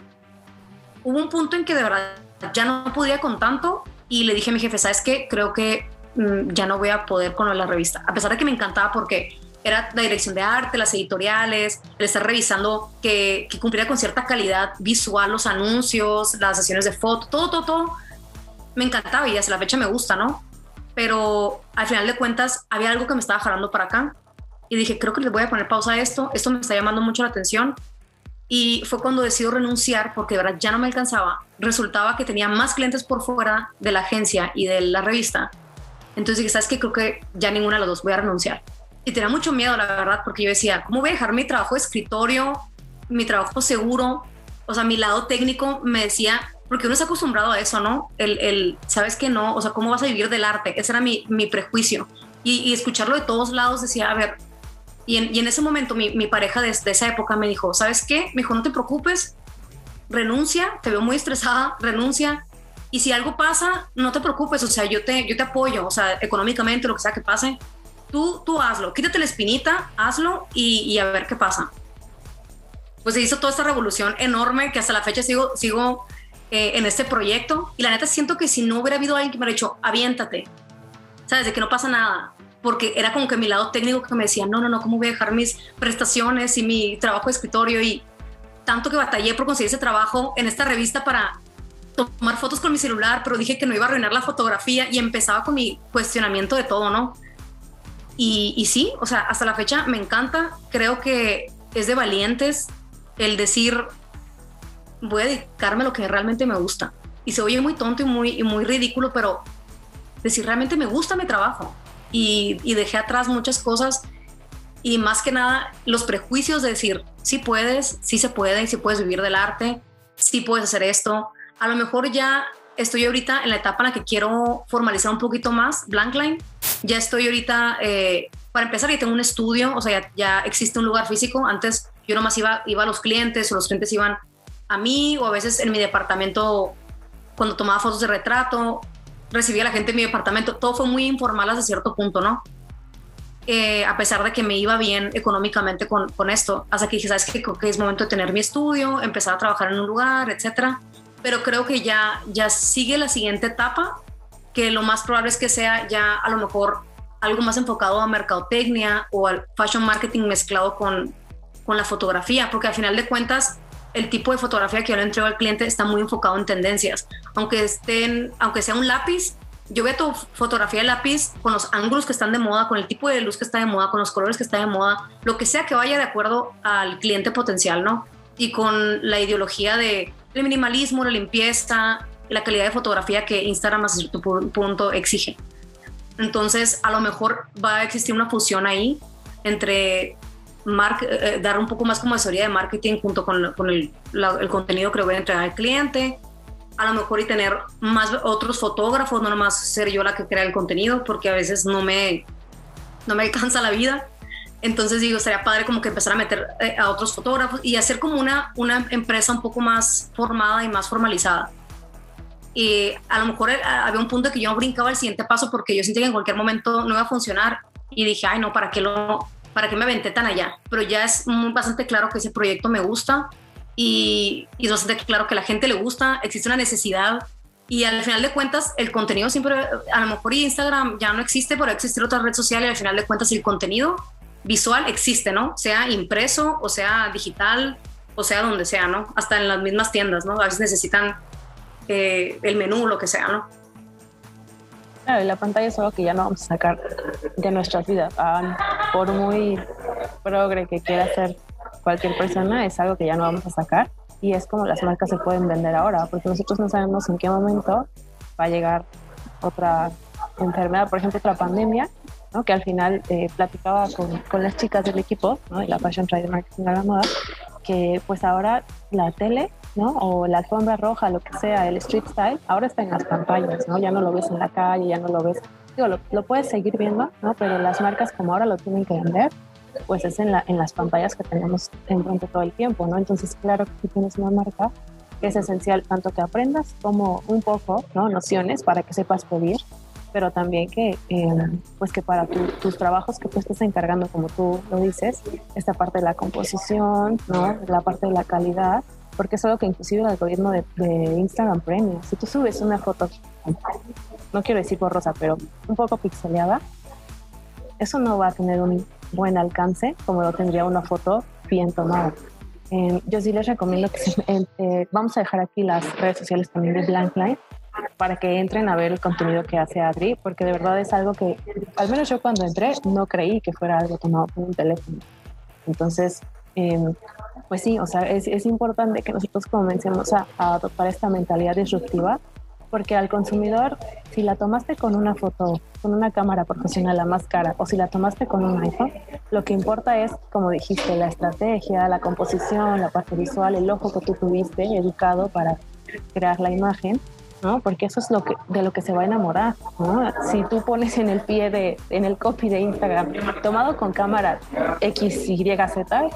Hubo un punto en que de verdad ya no podía con tanto, y le dije a mi jefe, ¿sabes qué? Creo que mmm, ya no voy a poder con la revista, a pesar de que me encantaba porque era la dirección de arte, las editoriales, el estar revisando que, que cumpliera con cierta calidad visual los anuncios, las sesiones de foto, todo, todo, todo. Me encantaba y hasta la fecha me gusta, ¿no? Pero al final de cuentas había algo que me estaba jalando para acá. Y dije, creo que les voy a poner pausa a esto. Esto me está llamando mucho la atención. Y fue cuando decido renunciar porque de verdad ya no me alcanzaba. Resultaba que tenía más clientes por fuera de la agencia y de la revista. Entonces dije, ¿sabes qué? Creo que ya ninguna de las dos, voy a renunciar. Y tenía mucho miedo, la verdad, porque yo decía, ¿cómo voy a dejar mi trabajo de escritorio, mi trabajo seguro? O sea, mi lado técnico me decía, porque uno está acostumbrado a eso, ¿no? El, el ¿sabes qué? No, o sea, ¿cómo vas a vivir del arte? Ese era mi, mi prejuicio. Y, y escucharlo de todos lados decía, a ver. Y en, y en ese momento mi, mi pareja de, de esa época me dijo, ¿sabes qué? Me dijo, no te preocupes, renuncia, te veo muy estresada, renuncia. Y si algo pasa, no te preocupes, o sea, yo te, yo te apoyo, o sea, económicamente, lo que sea que pase. Tú, tú hazlo, quítate la espinita, hazlo y, y a ver qué pasa. Pues se hizo toda esta revolución enorme que hasta la fecha sigo, sigo eh, en este proyecto. Y la neta siento que si no hubiera habido alguien que me hubiera dicho, aviéntate, ¿sabes? De que no pasa nada. Porque era como que mi lado técnico que me decía, no, no, no, ¿cómo voy a dejar mis prestaciones y mi trabajo de escritorio? Y tanto que batallé por conseguir ese trabajo en esta revista para tomar fotos con mi celular, pero dije que no iba a arruinar la fotografía y empezaba con mi cuestionamiento de todo, ¿no? Y, y sí, o sea, hasta la fecha me encanta. Creo que es de valientes el decir, voy a dedicarme a lo que realmente me gusta. Y se oye muy tonto y muy, y muy ridículo, pero decir, realmente me gusta mi trabajo. Y, y dejé atrás muchas cosas y más que nada los prejuicios de decir, sí puedes, sí se puede, sí puedes vivir del arte, sí puedes hacer esto. A lo mejor ya estoy ahorita en la etapa en la que quiero formalizar un poquito más Blankline. Ya estoy ahorita, eh, para empezar, ya tengo un estudio, o sea, ya, ya existe un lugar físico. Antes yo nomás iba, iba a los clientes o los clientes iban a mí, o a veces en mi departamento cuando tomaba fotos de retrato, recibía a la gente en mi departamento. Todo fue muy informal hasta cierto punto, ¿no? Eh, a pesar de que me iba bien económicamente con, con esto, hasta que dije, ¿sabes qué? Creo que es momento de tener mi estudio, empezar a trabajar en un lugar, etcétera. Pero creo que ya, ya sigue la siguiente etapa, que lo más probable es que sea ya a lo mejor algo más enfocado a mercadotecnia o al fashion marketing mezclado con, con la fotografía, porque al final de cuentas el tipo de fotografía que yo le entrego al cliente está muy enfocado en tendencias. Aunque, estén, aunque sea un lápiz, yo veo tu fotografía de lápiz con los ángulos que están de moda, con el tipo de luz que está de moda, con los colores que está de moda, lo que sea que vaya de acuerdo al cliente potencial, ¿no? Y con la ideología de el minimalismo, la limpieza, la calidad de fotografía que Instagram hasta cierto punto exige. Entonces, a lo mejor va a existir una fusión ahí entre mar- eh, dar un poco más como asesoría de marketing junto con, con el, la, el contenido que le voy a entregar al cliente, a lo mejor y tener más otros fotógrafos, no nomás ser yo la que crea el contenido, porque a veces no me, no me alcanza la vida. Entonces digo, sería padre como que empezar a meter eh, a otros fotógrafos y hacer como una, una empresa un poco más formada y más formalizada. Y a lo mejor había un punto que yo brincaba al siguiente paso porque yo sentía que en cualquier momento no iba a funcionar y dije, ay no, ¿para qué, lo, para qué me aventé tan allá? Pero ya es muy, bastante claro que ese proyecto me gusta y, y es bastante claro que a la gente le gusta, existe una necesidad y al final de cuentas el contenido siempre, a lo mejor Instagram ya no existe, pero existe otra red social y al final de cuentas el contenido visual existe, ¿no? Sea impreso o sea digital o sea donde sea, ¿no? Hasta en las mismas tiendas, ¿no? A veces necesitan eh, el menú, lo que sea, ¿no? Claro, y la pantalla es algo que ya no vamos a sacar de nuestras vidas. Ah, por muy progre que quiera ser cualquier persona, es algo que ya no vamos a sacar y es como las marcas se pueden vender ahora, porque nosotros no sabemos en qué momento va a llegar otra enfermedad, por ejemplo, otra pandemia, ¿no? Que al final eh, platicaba con, con las chicas del equipo, ¿no? De la Fashion Trade Marketing a la moda, que pues ahora la tele, ¿no? O la alfombra roja, lo que sea, el street style, ahora está en las pantallas, ¿no? Ya no lo ves en la calle, ya no lo ves, digo, lo, lo puedes seguir viendo, ¿no? Pero las marcas como ahora lo tienen que vender, pues es en, la, en las pantallas que tenemos enfrente todo el tiempo, ¿no? Entonces, claro que si tienes una marca, es esencial tanto que aprendas como un poco, ¿no? Nociones para que sepas pedir, pero también que, eh, pues que para tu, tus trabajos que tú estés encargando, como tú lo dices, esta parte de la composición, ¿no? La parte de la calidad, porque es algo que inclusive el algoritmo de, de Instagram premia. Si tú subes una foto, no quiero decir borrosa, pero un poco pixeleada, eso no va a tener un buen alcance como lo tendría una foto bien tomada. Eh, yo sí les recomiendo que se, eh, eh, vamos a dejar aquí las redes sociales también de Blankline para que entren a ver el contenido que hace Adri, porque de verdad es algo que, al menos yo cuando entré, no creí que fuera algo tomado por un teléfono. Entonces, eh, pues sí, o sea, es, es importante que nosotros comencemos a, a adoptar esta mentalidad disruptiva, porque al consumidor, si la tomaste con una foto, con una cámara profesional la más cara, o si la tomaste con un iPhone, lo que importa es, como dijiste, la estrategia, la composición, la parte visual, el ojo que tú tuviste educado para crear la imagen, ¿no? Porque eso es lo que, de lo que se va a enamorar, ¿no? Si tú pones en el pie de, en el copy de Instagram, tomado con cámara X, Y, Z,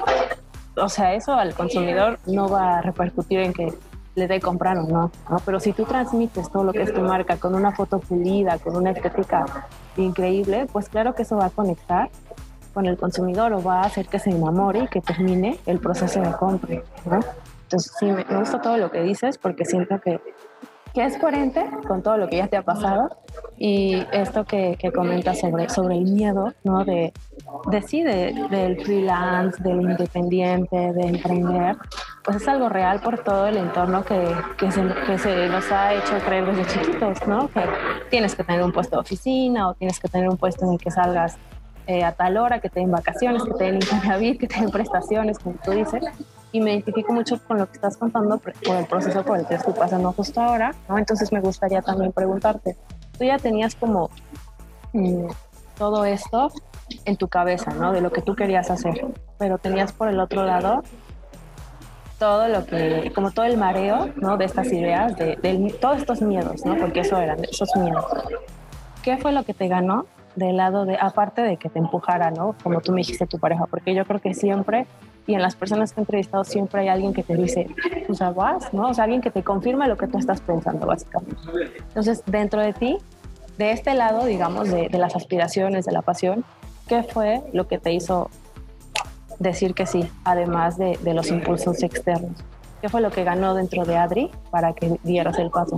o sea, eso al consumidor no va a repercutir en que le dé comprar o no, ¿no? Pero si tú transmites todo lo que es tu marca con una foto pulida, con una estética increíble, pues claro que eso va a conectar con el consumidor o va a hacer que se enamore y que termine el proceso de compra, ¿no? Entonces sí, me, me gusta todo lo que dices porque siento que, que es coherente con todo lo que ya te ha pasado. Y esto que, que comentas sobre, sobre el miedo, ¿no? De, de sí, de, del freelance, del independiente, de emprender, pues es algo real por todo el entorno que, que, se, que se nos ha hecho creer desde chiquitos, ¿no? Que tienes que tener un puesto de oficina o tienes que tener un puesto en el que salgas eh, a tal hora, que te den vacaciones, que te den Infonavit, que te den prestaciones, como tú dices. Y me identifico mucho con lo que estás contando por el proceso por el que estoy pasando justo ahora, ¿no? Entonces me gustaría también preguntarte, tú ya tenías como mmm, todo esto en tu cabeza, ¿no? De lo que tú querías hacer, pero tenías por el otro lado todo lo que, como todo el mareo, ¿no? De estas ideas, de, de todos estos miedos, ¿no? Porque eso eran, esos miedos. ¿Qué fue lo que te ganó del lado de, aparte de que te empujara, ¿no? Como tú me dijiste, tu pareja, porque yo creo que siempre, y en las personas que he entrevistado siempre hay alguien que te dice, o sea, vas, ¿no? O sea, alguien que te confirma lo que tú estás pensando, básicamente. Entonces, dentro de ti, de este lado, digamos, de, de las aspiraciones, de la pasión, ¿qué fue lo que te hizo decir que sí, además de, de los impulsos externos? ¿Qué fue lo que ganó dentro de Adri para que dieras el paso?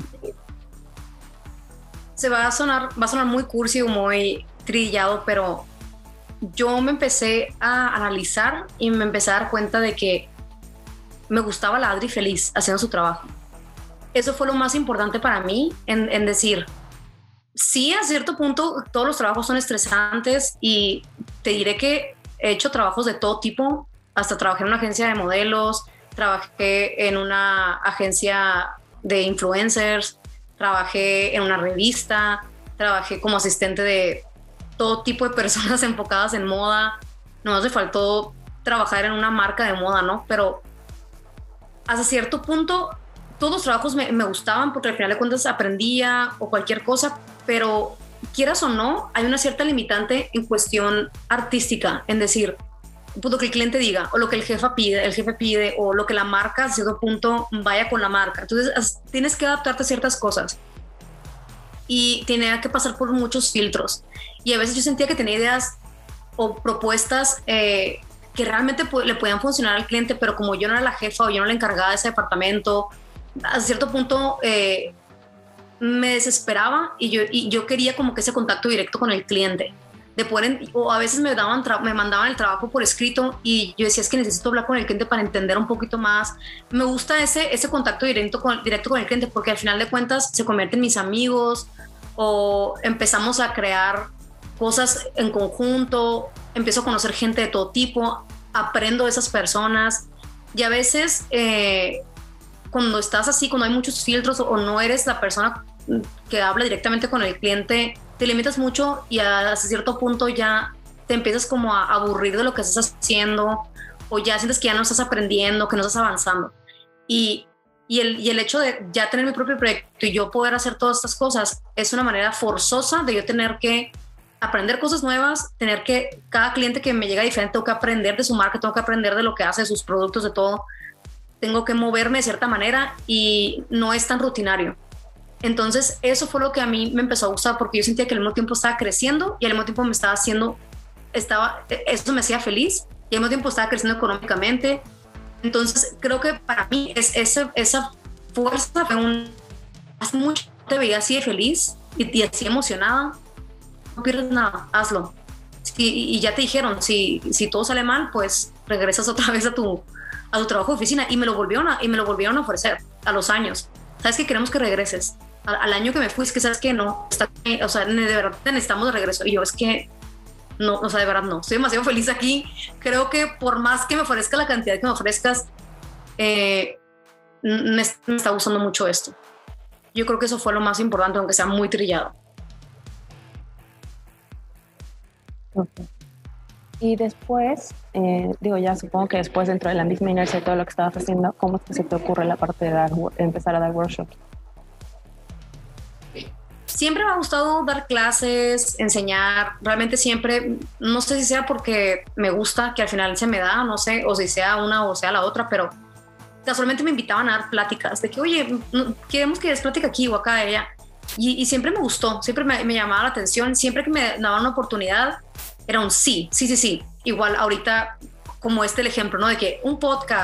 Se va a sonar, va a sonar muy cursi o muy trillado, pero yo me empecé a analizar y me empecé a dar cuenta de que me gustaba la Adri feliz haciendo su trabajo. Eso fue lo más importante para mí, en, en decir, sí, a cierto punto todos los trabajos son estresantes y te diré que he hecho trabajos de todo tipo, hasta trabajé en una agencia de modelos, trabajé en una agencia de influencers, trabajé en una revista, trabajé como asistente de todo tipo de personas enfocadas en moda. No hace faltó trabajar en una marca de moda, ¿no? Pero hasta cierto punto todos los trabajos me, me gustaban porque al final de cuentas aprendía o cualquier cosa, pero quieras o no, hay una cierta limitante en cuestión artística, en decir, pues lo que el cliente diga o lo que el jefe pide, el jefe pide o lo que la marca a cierto punto vaya con la marca. Entonces tienes que adaptarte a ciertas cosas y tenía que pasar por muchos filtros. Y a veces yo sentía que tenía ideas o propuestas eh, que realmente le podían funcionar al cliente, pero como yo no era la jefa o yo no la encargada de ese departamento, a cierto punto eh, me desesperaba y yo, y yo quería como que ese contacto directo con el cliente. De poder, o a veces me, daban me mandaban el trabajo por escrito y yo decía, es que necesito hablar con el cliente para entender un poquito más. Me gusta ese, ese contacto directo con, directo con el cliente porque al final de cuentas se convierten en mis amigos o empezamos a crear cosas en conjunto, empiezo a conocer gente de todo tipo, aprendo de esas personas y a veces eh, cuando estás así, cuando hay muchos filtros o no eres la persona que habla directamente con el cliente, te limitas mucho y a cierto punto ya te empiezas como a aburrir de lo que estás haciendo o ya sientes que ya no estás aprendiendo, que no estás avanzando. Y, y, el, y el hecho de ya tener mi propio proyecto y yo poder hacer todas estas cosas es una manera forzosa de yo tener que aprender cosas nuevas, tener que, cada cliente que me llega diferente, tengo que aprender de su marca, tengo que aprender de lo que hace, de sus productos, de todo. Tengo que moverme de cierta manera y no es tan rutinario. Entonces eso fue lo que a mí me empezó a gustar porque yo sentía que al mismo tiempo estaba creciendo y al mismo tiempo me estaba haciendo, estaba, eso me hacía feliz y al mismo tiempo estaba creciendo económicamente. Entonces creo que para mí es, ese, esa fuerza fue un... Hace mucho te veía así de feliz y, y así emocionada. No pierdes nada, hazlo. Y, y ya te dijeron, si, si todo sale mal, pues regresas otra vez a tu, a tu trabajo de oficina. Y me lo volvieron a, y me lo volvieron a ofrecer a los años. ¿Sabes que queremos que regreses? Al, al año que me fui, es que sabes que no, está, o sea, de verdad te necesitamos de regreso. Y yo, es que no, o sea, de verdad no, estoy demasiado feliz aquí. Creo que por más que me ofrezca la cantidad que me ofrezcas, eh, me, me está gustando mucho esto. Yo creo que eso fue lo más importante, aunque sea muy trillado. Okay. Y después, eh, digo ya supongo que después dentro de la misma inercia de todo lo que estabas haciendo, ¿cómo es que se te ocurre la parte de, dar, de empezar a dar workshops? Siempre me ha gustado dar clases, enseñar, realmente siempre, no sé si sea porque me gusta, que al final se me da, no sé, o si sea una o sea la otra, pero casualmente me invitaban a dar pláticas de que, oye, queremos que des plática aquí o acá, allá. Y, y siempre me gustó, siempre me, me llamaba la atención, siempre que me daban una oportunidad, era un sí, sí, sí, sí. Igual ahorita, como este el ejemplo, ¿no? De que un podcast,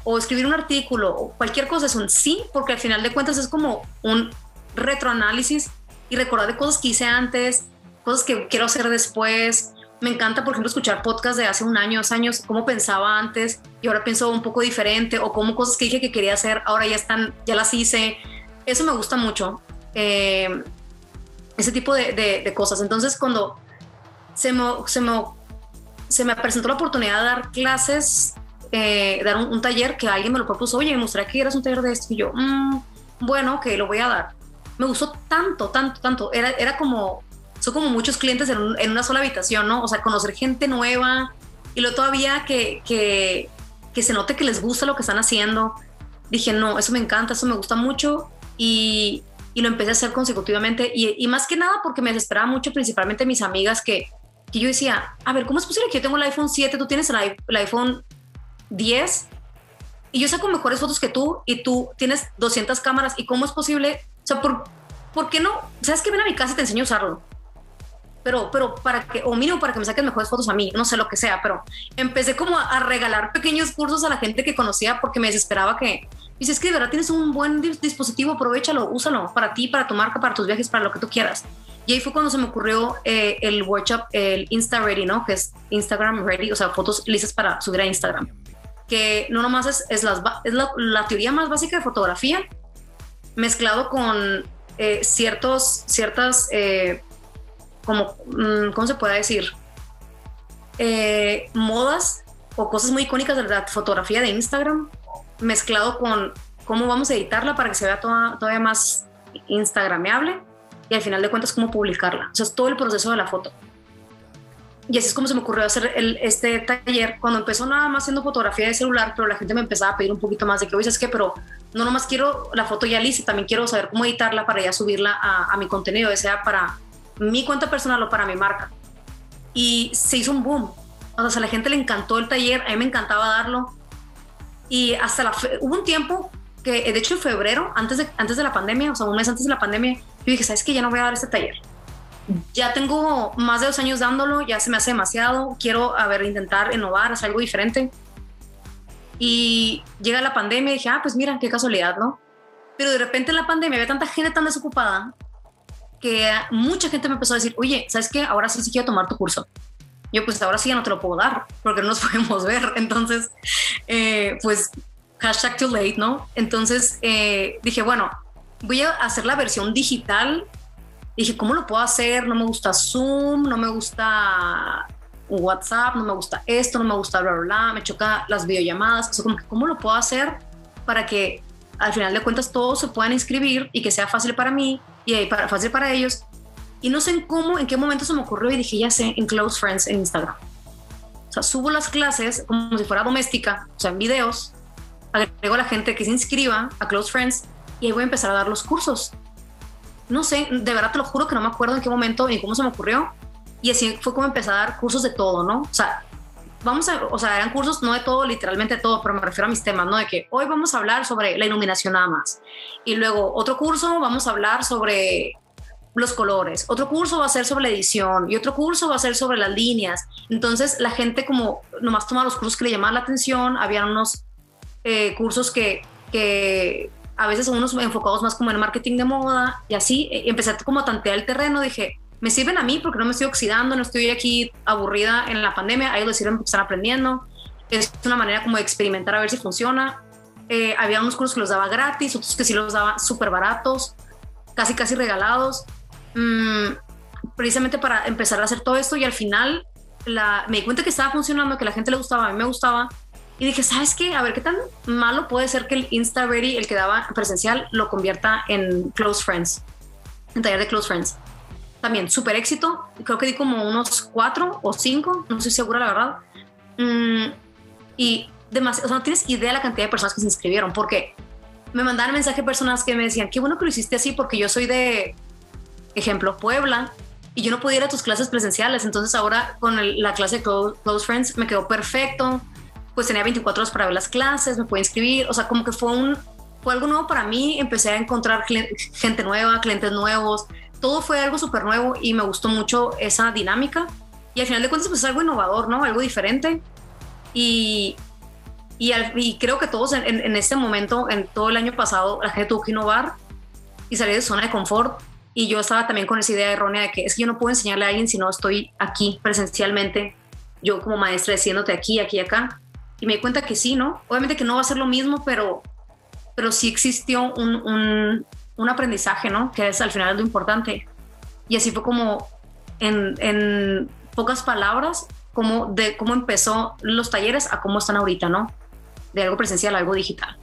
o escribir un artículo o cualquier cosa es un sí, porque al final de cuentas es como un retroanálisis y recordar de cosas que hice antes, cosas que quiero hacer después. Me encanta, por ejemplo, escuchar podcasts de hace un año, dos años, cómo pensaba antes y ahora pienso un poco diferente, o cómo cosas que dije que quería hacer, ahora ya están, ya las hice. Eso me gusta mucho, eh, ese tipo de, de, de cosas. Entonces, cuando se me, se, me, se me presentó la oportunidad de dar clases, eh, dar un, un taller, que alguien me lo propuso, oye, me gustaría que dieras un taller de esto, y yo, mmm, bueno, ok, lo voy a dar. Me gustó tanto, tanto, tanto. Era, era como... son como muchos clientes en, un, en una sola habitación, ¿no? O sea, conocer gente nueva y luego todavía que, que, que se note que les gusta lo que están haciendo. Dije, no, eso me encanta, eso me gusta mucho y, y lo empecé a hacer consecutivamente y, y más que nada porque me desesperaba mucho, principalmente mis amigas, que, que yo decía, a ver, ¿cómo es posible que yo tengo el iPhone siete, tú tienes el, el iPhone diez y yo saco mejores fotos que tú y tú tienes doscientas cámaras? ¿Y cómo es posible? O sea, ¿por, ¿por qué no? ¿Sabes qué? Ven a mi casa y te enseño a usarlo. Pero, pero para que, o mínimo para que me saquen mejores fotos a mí, no sé lo que sea, pero empecé como a, a regalar pequeños cursos a la gente que conocía porque me desesperaba que, dices, es que de verdad tienes un buen dispositivo, aprovéchalo, úsalo para ti, para tu marca, para tus viajes, para lo que tú quieras. Y ahí fue cuando se me ocurrió eh, el workshop, el Insta Ready, ¿no? Que es Instagram Ready, o sea, fotos listas para subir a Instagram. Que no nomás es, es, las, es la, la teoría más básica de fotografía, mezclado con eh, ciertos, ciertas... Eh, como, ¿cómo se puede decir? Eh, modas o cosas muy icónicas de la fotografía de Instagram, mezclado con cómo vamos a editarla para que se vea toda, todavía más instagrameable y al final de cuentas cómo publicarla. O sea, es todo el proceso de la foto. Y así es como se me ocurrió hacer el, este taller. Cuando empezó nada más haciendo fotografía de celular, pero la gente me empezaba a pedir un poquito más de que, oye, es que, pero no nomás quiero la foto ya lista, también quiero saber cómo editarla para ya subirla a, a mi contenido, ya sea para mi cuenta personal o para mi marca. Y se hizo un boom. O sea, a la gente le encantó el taller, a mí me encantaba darlo. Y hasta la fe- hubo un tiempo que, de hecho, en febrero, antes de, antes de la pandemia, o sea, un mes antes de la pandemia, yo dije, ¿sabes qué? Ya no voy a dar este taller. Ya tengo más de dos años dándolo, ya se me hace demasiado, quiero, a ver, intentar innovar, hacer algo diferente. Y llega la pandemia y dije, ah, pues mira, qué casualidad, ¿no? Pero de repente en la pandemia había tanta gente tan desocupada que mucha gente me empezó a decir, oye, ¿sabes qué? Ahora sí sí quiero tomar tu curso. Yo, pues ahora sí ya no te lo puedo dar porque no nos podemos ver. Entonces, eh, pues, hashtag too late, ¿no? Entonces eh, dije, bueno, voy a hacer la versión digital. Dije, ¿cómo lo puedo hacer? No me gusta Zoom, no me gusta WhatsApp, no me gusta esto, no me gusta bla, bla, bla, me choca las videollamadas. O sea, como que, ¿cómo lo puedo hacer para que al final de cuentas todos se puedan inscribir y que sea fácil para mí y para, fácil para ellos? Y no sé en cómo, en qué momento se me ocurrió y dije, ya sé, en Close Friends en Instagram. O sea, subo las clases como si fuera doméstica, o sea, en videos, agrego a la gente que se inscriba a Close Friends y ahí voy a empezar a dar los cursos. No sé, de verdad te lo juro que no me acuerdo en qué momento ni cómo se me ocurrió. Y así fue como empecé a dar cursos de todo, ¿no? O sea, vamos a, o sea, eran cursos no de todo, literalmente de todo, pero me refiero a mis temas, ¿no? De que hoy vamos a hablar sobre la iluminación nada más. Y luego otro curso vamos a hablar sobre los colores. Otro curso va a ser sobre la edición y otro curso va a ser sobre las líneas. Entonces la gente como nomás tomaba los cursos que le llamaban la atención. Habían unos eh, cursos que, que a veces son unos enfocados más como en marketing de moda y así. Eh, empecé como a tantear el terreno. Dije, me sirven a mí porque no me estoy oxidando, no estoy aquí aburrida en la pandemia. A ellos les sirven porque están aprendiendo. Es una manera como de experimentar a ver si funciona. Eh, había unos cursos que los daba gratis, otros que sí los daba súper baratos, casi casi regalados. Mm, precisamente para empezar a hacer todo esto y al final la, me di cuenta que estaba funcionando, que a la gente le gustaba, a mí me gustaba y dije, ¿sabes qué? A ver, ¿qué tan malo puede ser que el Insta Ready, el que daba presencial, lo convierta en Close Friends, en taller de Close Friends? También súper éxito, creo que di como unos cuatro o cinco, no estoy segura la verdad. Mm, y demasiado, o sea, no tienes idea de la cantidad de personas que se inscribieron, porque me mandaban mensajes personas que me decían, qué bueno que lo hiciste así, porque yo soy de, ejemplo, Puebla, y yo no podía ir a tus clases presenciales, entonces ahora con el, la clase de Close, Close Friends me quedó perfecto, pues tenía veinticuatro horas para ver las clases, me pude inscribir, o sea, como que fue, un, fue algo nuevo para mí, empecé a encontrar gente nueva, clientes nuevos, todo fue algo súper nuevo y me gustó mucho esa dinámica, y al final de cuentas pues es algo innovador, ¿no? Algo diferente, y, Y, al, y creo que todos en, en, en este momento, en todo el año pasado, la gente tuvo que innovar y salir de su zona de confort. Y yo estaba también con esa idea errónea de que es que yo no puedo enseñarle a alguien si no estoy aquí presencialmente, yo como maestra diciéndote aquí, aquí, acá. Y me di cuenta que sí, ¿no? Obviamente que no va a ser lo mismo, pero, pero sí existió un, un, un aprendizaje, ¿no? Que es al final lo importante. Y así fue como, en, en pocas palabras, como de cómo empezó los talleres a cómo están ahorita, ¿no? De algo presencial a algo digital.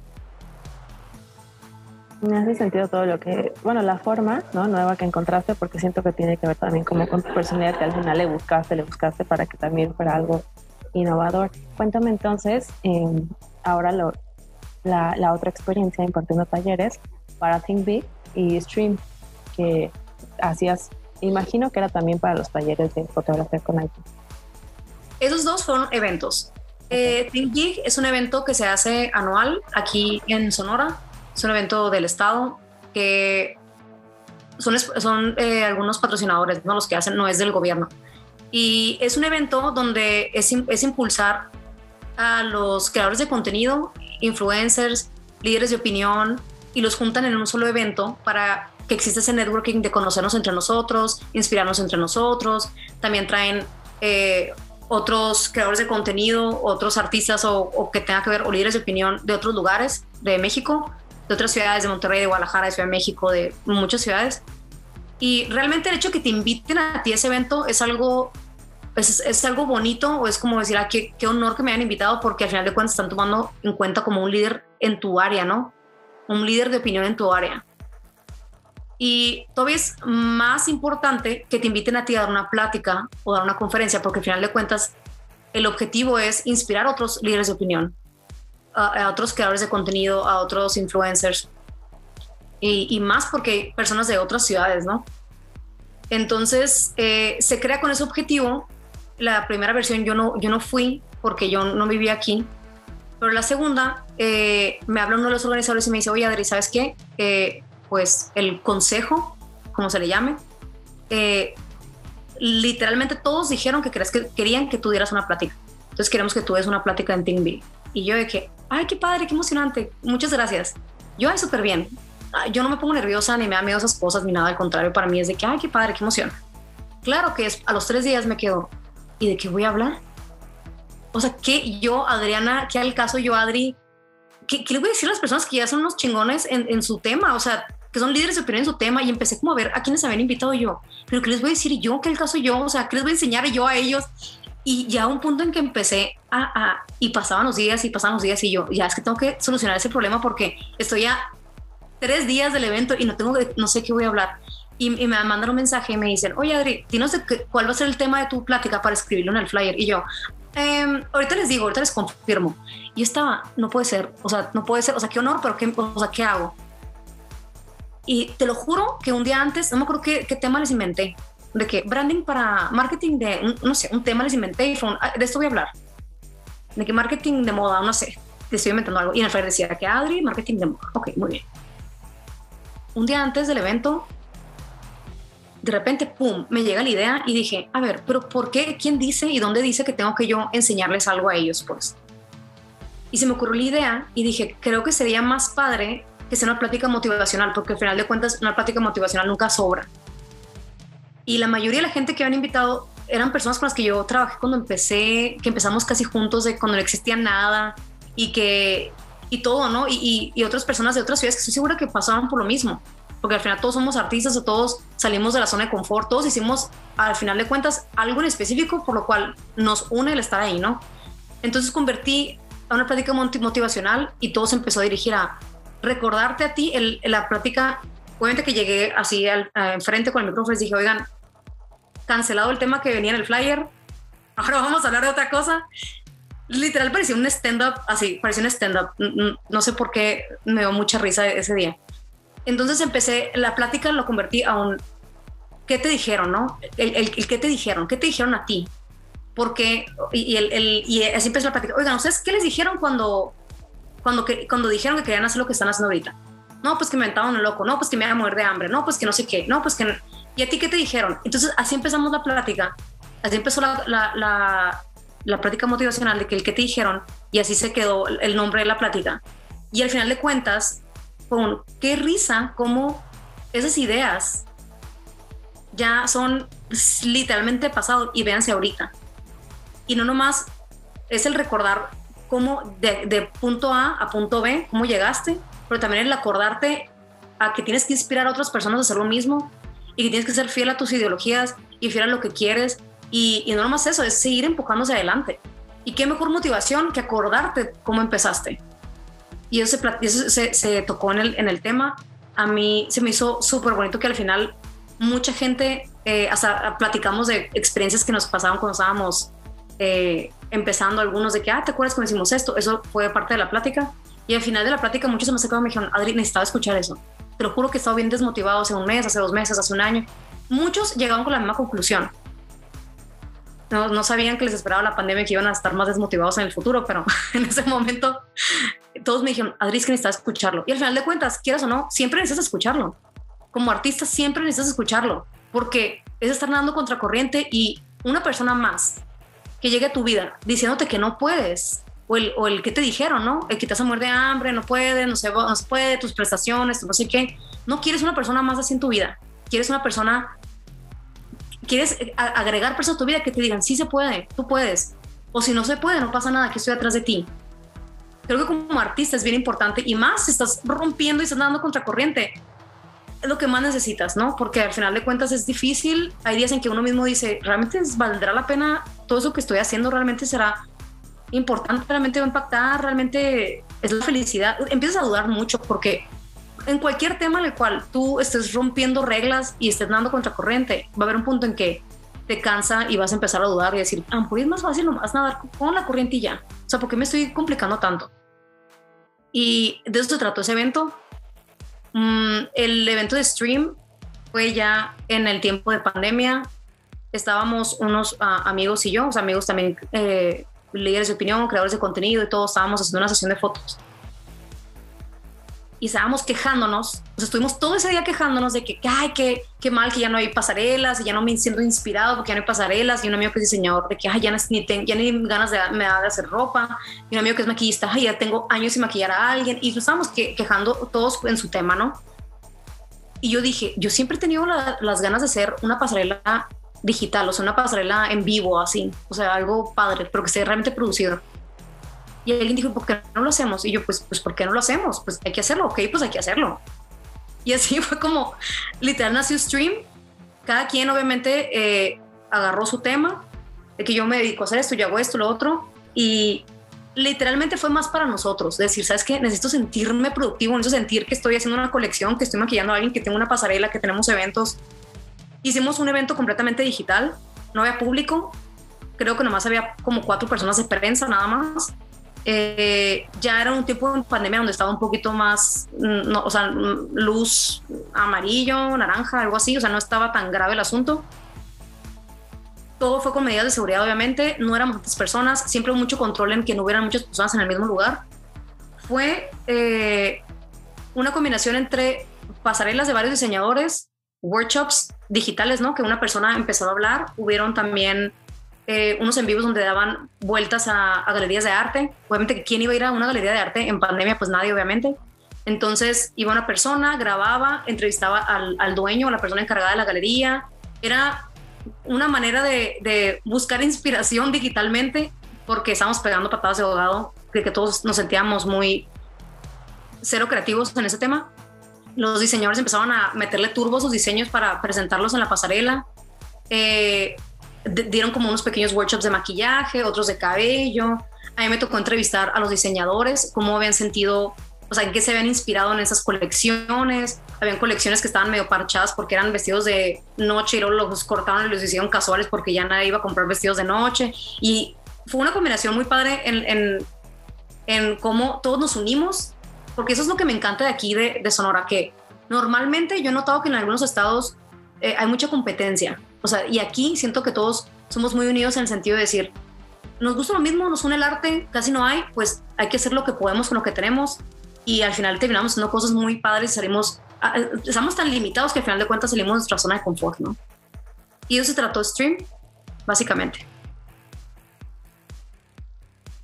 Me hace sentido todo lo que, bueno, la forma, ¿no? Nueva que encontraste, porque siento que tiene que ver también como con tu personalidad, que al final le buscaste, le buscaste para que también fuera algo innovador. Cuéntame entonces, eh, ahora lo, la, la otra experiencia impartiendo talleres para Think Big y Stream, que hacías, imagino que era también para los talleres de fotografía con iPhone. Esos dos fueron eventos. Eh, Think Big es un evento que se hace anual aquí en Sonora. Es un evento del estado que son, son eh, algunos patrocinadores, ¿no? Los que hacen, no es del gobierno. Y es un evento donde es, es impulsar a los creadores de contenido, influencers, líderes de opinión, y los juntan en un solo evento para que exista ese networking de conocernos entre nosotros, inspirarnos entre nosotros. También traen eh, otros creadores de contenido, otros artistas o, o que tengan que ver, o líderes de opinión de otros lugares de México, de otras ciudades, de Monterrey, de Guadalajara, de Ciudad de México, de muchas ciudades. Y realmente el hecho de que te inviten a ti a ese evento es algo, es, es algo bonito, o es como decir, ah, qué, qué honor que me hayan invitado, porque al final de cuentas están tomando en cuenta como un líder en tu área, ¿no? Un líder de opinión en tu área. Y todavía es más importante que te inviten a ti a dar una plática o dar una conferencia, porque al final de cuentas el objetivo es inspirar a otros líderes de opinión, a, a otros creadores de contenido, a otros influencers, y, y más porque personas de otras ciudades, ¿no? Entonces eh, se crea con ese objetivo. La primera versión yo no, yo no fui porque yo no vivía aquí, pero la segunda eh, me habla uno de los organizadores y me dice, oye Adri, ¿sabes qué? Eh, pues el consejo, como se le llame, eh, literalmente todos dijeron que, crees que querían que tú dieras una plática. Entonces queremos que tú des una plática en Think Big. Y yo de que, ay, qué padre, qué emocionante, muchas gracias. Yo, ay, súper bien. Yo no me pongo nerviosa ni me da miedo esas cosas ni nada, al contrario, para mí es de que, ay, qué padre, qué emoción. Claro que es, a los tres días me quedo, ¿y de qué voy a hablar? O sea, ¿qué yo, Adriana, qué al caso yo, Adri, qué, qué le voy a decir a las personas que ya son unos chingones en, en su tema? O sea, que son líderes de opinión en su tema, y empecé como a ver a quienes habían invitado yo, pero ¿qué les voy a decir yo? ¿Qué al caso yo? O sea, ¿qué les voy a enseñar yo a ellos? Y ya un punto en que empecé a, a y pasaban los días y pasaban los días y yo, ya es que tengo que solucionar ese problema porque estoy a tres días del evento y no tengo, no sé qué voy a hablar. Y, y me mandan un mensaje y me dicen, oye Adri, dinos de qué, cuál va a ser el tema de tu plática para escribirlo en el flyer. Y yo, eh, ahorita les digo, ahorita les confirmo. Y estaba, no puede ser, o sea, no puede ser, o sea, qué honor, pero qué, o sea, ¿qué hago? Y te lo juro que un día antes, no me acuerdo qué, qué tema les inventé, de que branding para marketing de, un, no sé, un tema les inventé y fue un, de esto voy a hablar, de que marketing de moda, no sé, te estoy inventando algo. Y en el flyer decía que Adri, marketing de moda. Ok, muy bien. Un día antes del evento, de repente, pum, me llega la idea y dije, a ver, pero ¿por qué? ¿Quién dice y dónde dice que tengo que yo enseñarles algo a ellos, pues? Y se me ocurrió la idea y dije, creo que sería más padre que sea una plática motivacional, porque al final de cuentas una plática motivacional nunca sobra. Y la mayoría de la gente que habían invitado eran personas con las que yo trabajé cuando empecé, que empezamos casi juntos, de cuando no existía nada y que y todo, ¿no? Y, y, y otras personas de otras ciudades que estoy segura que pasaban por lo mismo, porque al final todos somos artistas o todos salimos de la zona de confort, todos hicimos al final de cuentas algo en específico por lo cual nos une el estar ahí, ¿no? Entonces convertí a una plática motivacional y todo se empezó a dirigir a recordarte a ti. El, la plática, obviamente que llegué así al, a, enfrente con el micrófono, les dije, oigan, cancelado el tema que venía en el flyer, ahora vamos a hablar de otra cosa. Literal parecía un stand-up, así, parecía un stand-up, no sé por qué me dio mucha risa ese día. Entonces empecé, la plática lo convertí a un, ¿qué te dijeron, no? El, el, el ¿qué te dijeron? ¿Qué te dijeron a ti? Porque, y, y, el, el, y así empezó la plática. Oigan, ¿ustedes qué les dijeron cuando, cuando, que, cuando dijeron que querían hacer lo que están haciendo ahorita? No, pues que me aventaban un loco, no, pues que me iba a morir de hambre, no, pues que no sé qué, no, pues que... No. ¿Y a ti qué te dijeron? Entonces así empezamos la plática, así empezó la... la, la la práctica motivacional de que el que te dijeron Y así se quedó el nombre de la plática. Y al final de cuentas, con qué risa cómo esas ideas ya son literalmente pasado y véanse ahorita. Y no nomás es el recordar cómo de, de punto A a punto B, cómo llegaste, pero también el acordarte a que tienes que inspirar a otras personas a hacer lo mismo y que tienes que ser fiel a tus ideologías y fiel a lo que quieres. Y, y no nomás eso, es seguir empujándose adelante. Y qué mejor motivación que acordarte cómo empezaste. Y eso se, eso se, se tocó en el, en el tema. A mí se me hizo súper bonito que al final mucha gente, eh, hasta platicamos de experiencias que nos pasaban cuando estábamos eh, empezando, algunos de que, ah, ¿te acuerdas cuando hicimos esto? Eso fue parte de la plática. Y al final de la plática muchos se me acercaron y me dijeron, Adri, necesitaba escuchar eso. Te lo juro que he estado bien desmotivado hace un mes, hace dos meses, hace un año. Muchos llegaron con la misma conclusión. No, no sabían que les esperaba la pandemia, que iban a estar más desmotivados en el futuro, pero en ese momento todos me dijeron, Adri, es que necesitas escucharlo. Y al final de cuentas, quieras o no, siempre necesitas escucharlo. Como artista siempre necesitas escucharlo, porque es estar nadando contra corriente y una persona más que llegue a tu vida diciéndote que no puedes, o el, o el que te dijeron, ¿no? El que te vas a morir de hambre, no puede, no se, no se puede, tus prestaciones, no sé qué. No quieres una persona más así en tu vida. Quieres una persona, quieres agregar personas a tu vida que te digan, sí se puede, tú puedes. O si no se puede, no pasa nada, aquí estoy atrás de ti. Creo que como artista es bien importante, y más si estás rompiendo y estás nadando contra corriente, es lo que más necesitas, ¿no? Porque al final de cuentas es difícil. Hay días en que uno mismo dice, ¿realmente valdrá la pena todo eso que estoy haciendo? ¿Realmente será importante? ¿Realmente va a impactar? ¿Realmente es la felicidad? Empiezas a dudar mucho, porque en cualquier tema en el cual tú estés rompiendo reglas y estés nadando contra corriente, va a haber un punto en que te cansa y vas a empezar a dudar y decir, ah, pues es más fácil nomás nadar con la corriente y ya. O sea, ¿por qué me estoy complicando tanto? Y de eso se trató ese evento. Mm, el evento de Stream fue ya en el tiempo de pandemia. Estábamos unos uh, amigos y yo, o sea, amigos también, eh, líderes de opinión, creadores de contenido y todos estábamos haciendo una sesión de fotos. Y estábamos quejándonos, o sea, estuvimos todo ese día quejándonos de que, ay, qué, qué mal que ya no hay pasarelas, y ya no me siento inspirado porque ya no hay pasarelas, y un amigo que es diseñador, de que, ay, ya, no, ni, ten, ya ni ganas de, me da de hacer ropa, y un amigo que es maquillista, ay, ya tengo años sin maquillar a alguien, y estábamos que, quejando todos en su tema, ¿no? Y yo dije, yo siempre he tenido la, las ganas de hacer una pasarela digital, o sea, una pasarela en vivo, así, o sea, algo padre, pero que esté realmente producido. Y alguien dijo, ¿por qué no lo hacemos? Y yo, pues, pues, ¿por qué no lo hacemos? Pues hay que hacerlo, ok, pues hay que hacerlo. Y así fue como, literal, nació Stream. Cada quien, obviamente, eh, agarró su tema, de que yo me dedico a hacer esto, yo hago esto, lo otro. Y literalmente fue más para nosotros, decir, ¿sabes qué? Necesito sentirme productivo, necesito sentir que estoy haciendo una colección, que estoy maquillando a alguien, que tengo una pasarela, que tenemos eventos. Hicimos un evento completamente digital, no había público. Creo que nomás había como cuatro personas de prensa, nada más. Eh, ya era un tiempo de pandemia donde estaba un poquito más, no, o sea, luz amarillo, naranja, algo así, o sea, no estaba tan grave el asunto. Todo fue con medidas de seguridad, obviamente, no éramos muchas personas, siempre hubo mucho control en que no hubieran muchas personas en el mismo lugar. Fue eh, una combinación entre pasarelas de varios diseñadores, workshops digitales, ¿no? Que una persona empezó a hablar, hubieron también Eh, unos en vivos donde daban vueltas a, a galerías de arte. Obviamente, ¿quién iba a ir a una galería de arte en pandemia? Pues nadie, obviamente. Entonces iba una persona, grababa, entrevistaba al, al dueño o la persona encargada de la galería. Era una manera de, de buscar inspiración digitalmente, porque estábamos pegando patadas de ahogado, de que todos nos sentíamos muy cero creativos en ese tema. Los diseñadores empezaban a meterle turbo a sus diseños para presentarlos en la pasarela. Eh, dieron como unos pequeños workshops de maquillaje, otros de cabello. A mí me tocó entrevistar a los diseñadores, cómo habían sentido, o sea, en qué se habían inspirado en esas colecciones. Habían colecciones que estaban medio parchadas porque eran vestidos de noche y luego los cortaron y los hicieron casuales porque ya nadie iba a comprar vestidos de noche. Y fue una combinación muy padre en, en, en cómo todos nos unimos, porque eso es lo que me encanta de aquí de, de Sonora, que normalmente yo he notado que en algunos estados eh, hay mucha competencia. O sea, y aquí siento que todos somos muy unidos en el sentido de decir, nos gusta lo mismo, nos une el arte, casi no hay, pues hay que hacer lo que podemos con lo que tenemos, y al final terminamos haciendo cosas muy padres y salimos, estamos tan limitados que al final de cuentas salimos de nuestra zona de confort, ¿no? Y eso se trató Stream, básicamente.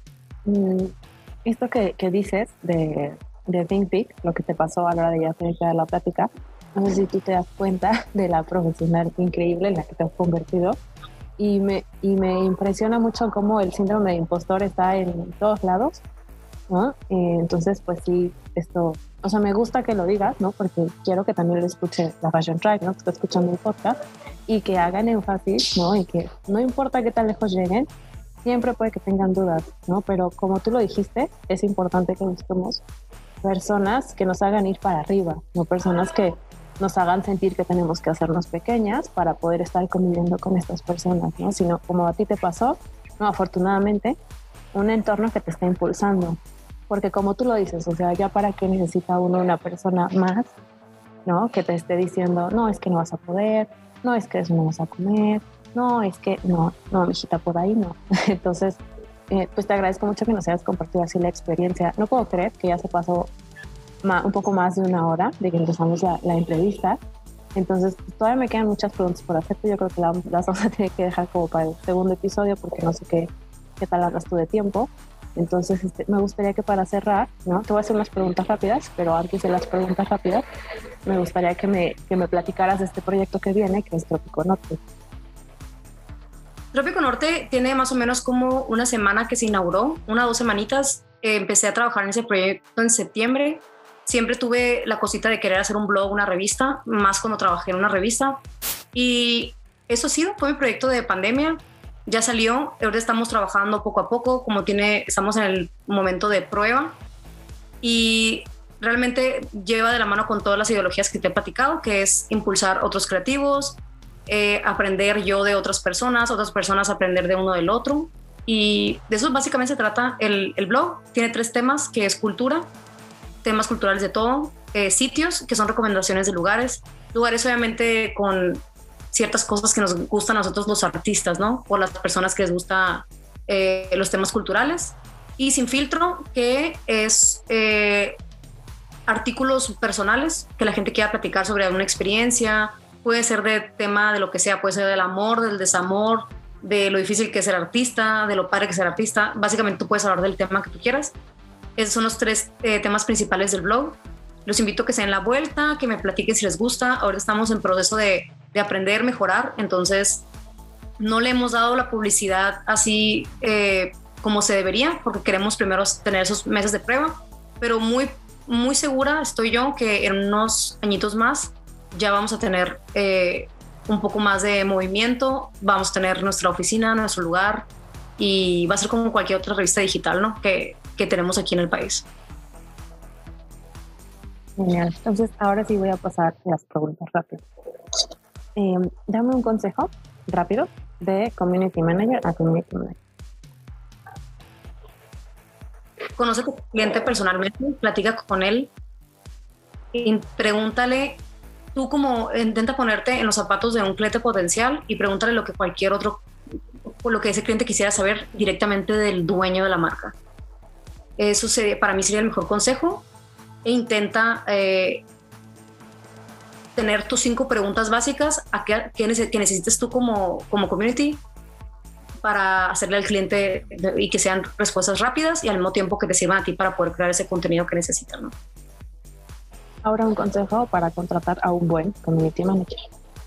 mm, esto que, que dices de, de Think Big, lo que te pasó a la hora de ya tener que dar la plática, no sé si tú te das cuenta de la profesional increíble en la que te has convertido. Y me, y me impresiona mucho cómo el síndrome de impostor está en todos lados, ¿no? Eh, entonces, pues sí, esto, o sea, me gusta que lo digas, ¿no? Porque quiero que también lo escuche la Fashion Tribe, ¿no? Que está escuchando el podcast y que hagan énfasis, ¿no? Y que no importa qué tan lejos lleguen, siempre puede que tengan dudas, ¿no? Pero como tú lo dijiste, es importante que busquemos personas que nos hagan ir para arriba, no personas que nos hagan sentir que tenemos que hacernos pequeñas para poder estar conviviendo con estas personas, ¿no? Sino como a ti te pasó, no, afortunadamente, un entorno que te está impulsando. Porque como tú lo dices, o sea, ya para qué necesita uno una persona más, ¿no? Que te esté diciendo, no, es que no vas a poder, no, es que eso no vas a comer, no, es que, no, no, mijita, por ahí no. Entonces, eh, pues te agradezco mucho que nos hayas compartido así la experiencia. No puedo creer que ya se pasó un poco más de una hora de que empezamos la, la entrevista. Entonces, todavía me quedan muchas preguntas por hacerte. Yo creo que la, las vamos a tener que dejar como para el segundo episodio porque no sé qué, qué tal hagas tú de tiempo. Entonces, este, me gustaría que para cerrar, ¿no? Te voy a hacer unas preguntas rápidas, pero antes de las preguntas rápidas, me gustaría que me, que me platicaras de este proyecto que viene, que es Trópico Norte. Trópico Norte tiene más o menos como una semana que se inauguró, una o dos semanitas. Eh, empecé a trabajar en ese proyecto en septiembre. Siempre tuve la cosita de querer hacer un blog, una revista, más cuando trabajé en una revista. Y eso sí, fue mi proyecto de pandemia. Ya salió, ahora estamos trabajando poco a poco, como tiene, estamos en el momento de prueba. Y realmente lleva de la mano con todas las ideologías que te he platicado, que es impulsar otros creativos, eh, aprender yo de otras personas, otras personas aprender de uno del otro. Y de eso básicamente se trata el, el blog. Tiene tres temas, que es cultura, temas culturales de todo, eh, sitios, que son recomendaciones de lugares, lugares obviamente con ciertas cosas que nos gustan a nosotros los artistas, ¿no? O las personas que les gusta eh, los temas culturales. Y Sin Filtro, que es eh, artículos personales que la gente quiera platicar sobre alguna experiencia, puede ser de tema de lo que sea, puede ser del amor, del desamor, de lo difícil que es ser artista, de lo padre que es ser artista. Básicamente tú puedes hablar del tema que tú quieras. Esos son los tres eh, temas principales del blog. Los invito a que se den la vuelta, que me platiquen si les gusta. Ahora estamos en proceso de, de aprender, mejorar. Entonces, no le hemos dado la publicidad así eh, como se debería, porque queremos primero tener esos meses de prueba. Pero muy, muy segura estoy yo que en unos añitos más ya vamos a tener eh, un poco más de movimiento. Vamos a tener nuestra oficina, nuestro lugar. Y va a ser como cualquier otra revista digital, ¿no? Que, que tenemos aquí en el país. Genial. Entonces, ahora sí voy a pasar las preguntas rápidas. Eh, dame un consejo rápido de Community Manager a Community Manager. Conoce a tu cliente personalmente, platica con él y pregúntale, tú como intenta ponerte en los zapatos de un cliente potencial y pregúntale lo que cualquier otro, lo que ese cliente quisiera saber directamente del dueño de la marca. Eso sería, para mí sería el mejor consejo. E intenta eh, tener tus cinco preguntas básicas a qué, qué neces- que necesites tú como, como community para hacerle al cliente y que sean respuestas rápidas y al mismo tiempo que te sirvan a ti para poder crear ese contenido que necesitan, ¿no? Ahora un consejo para contratar a un buen community manager.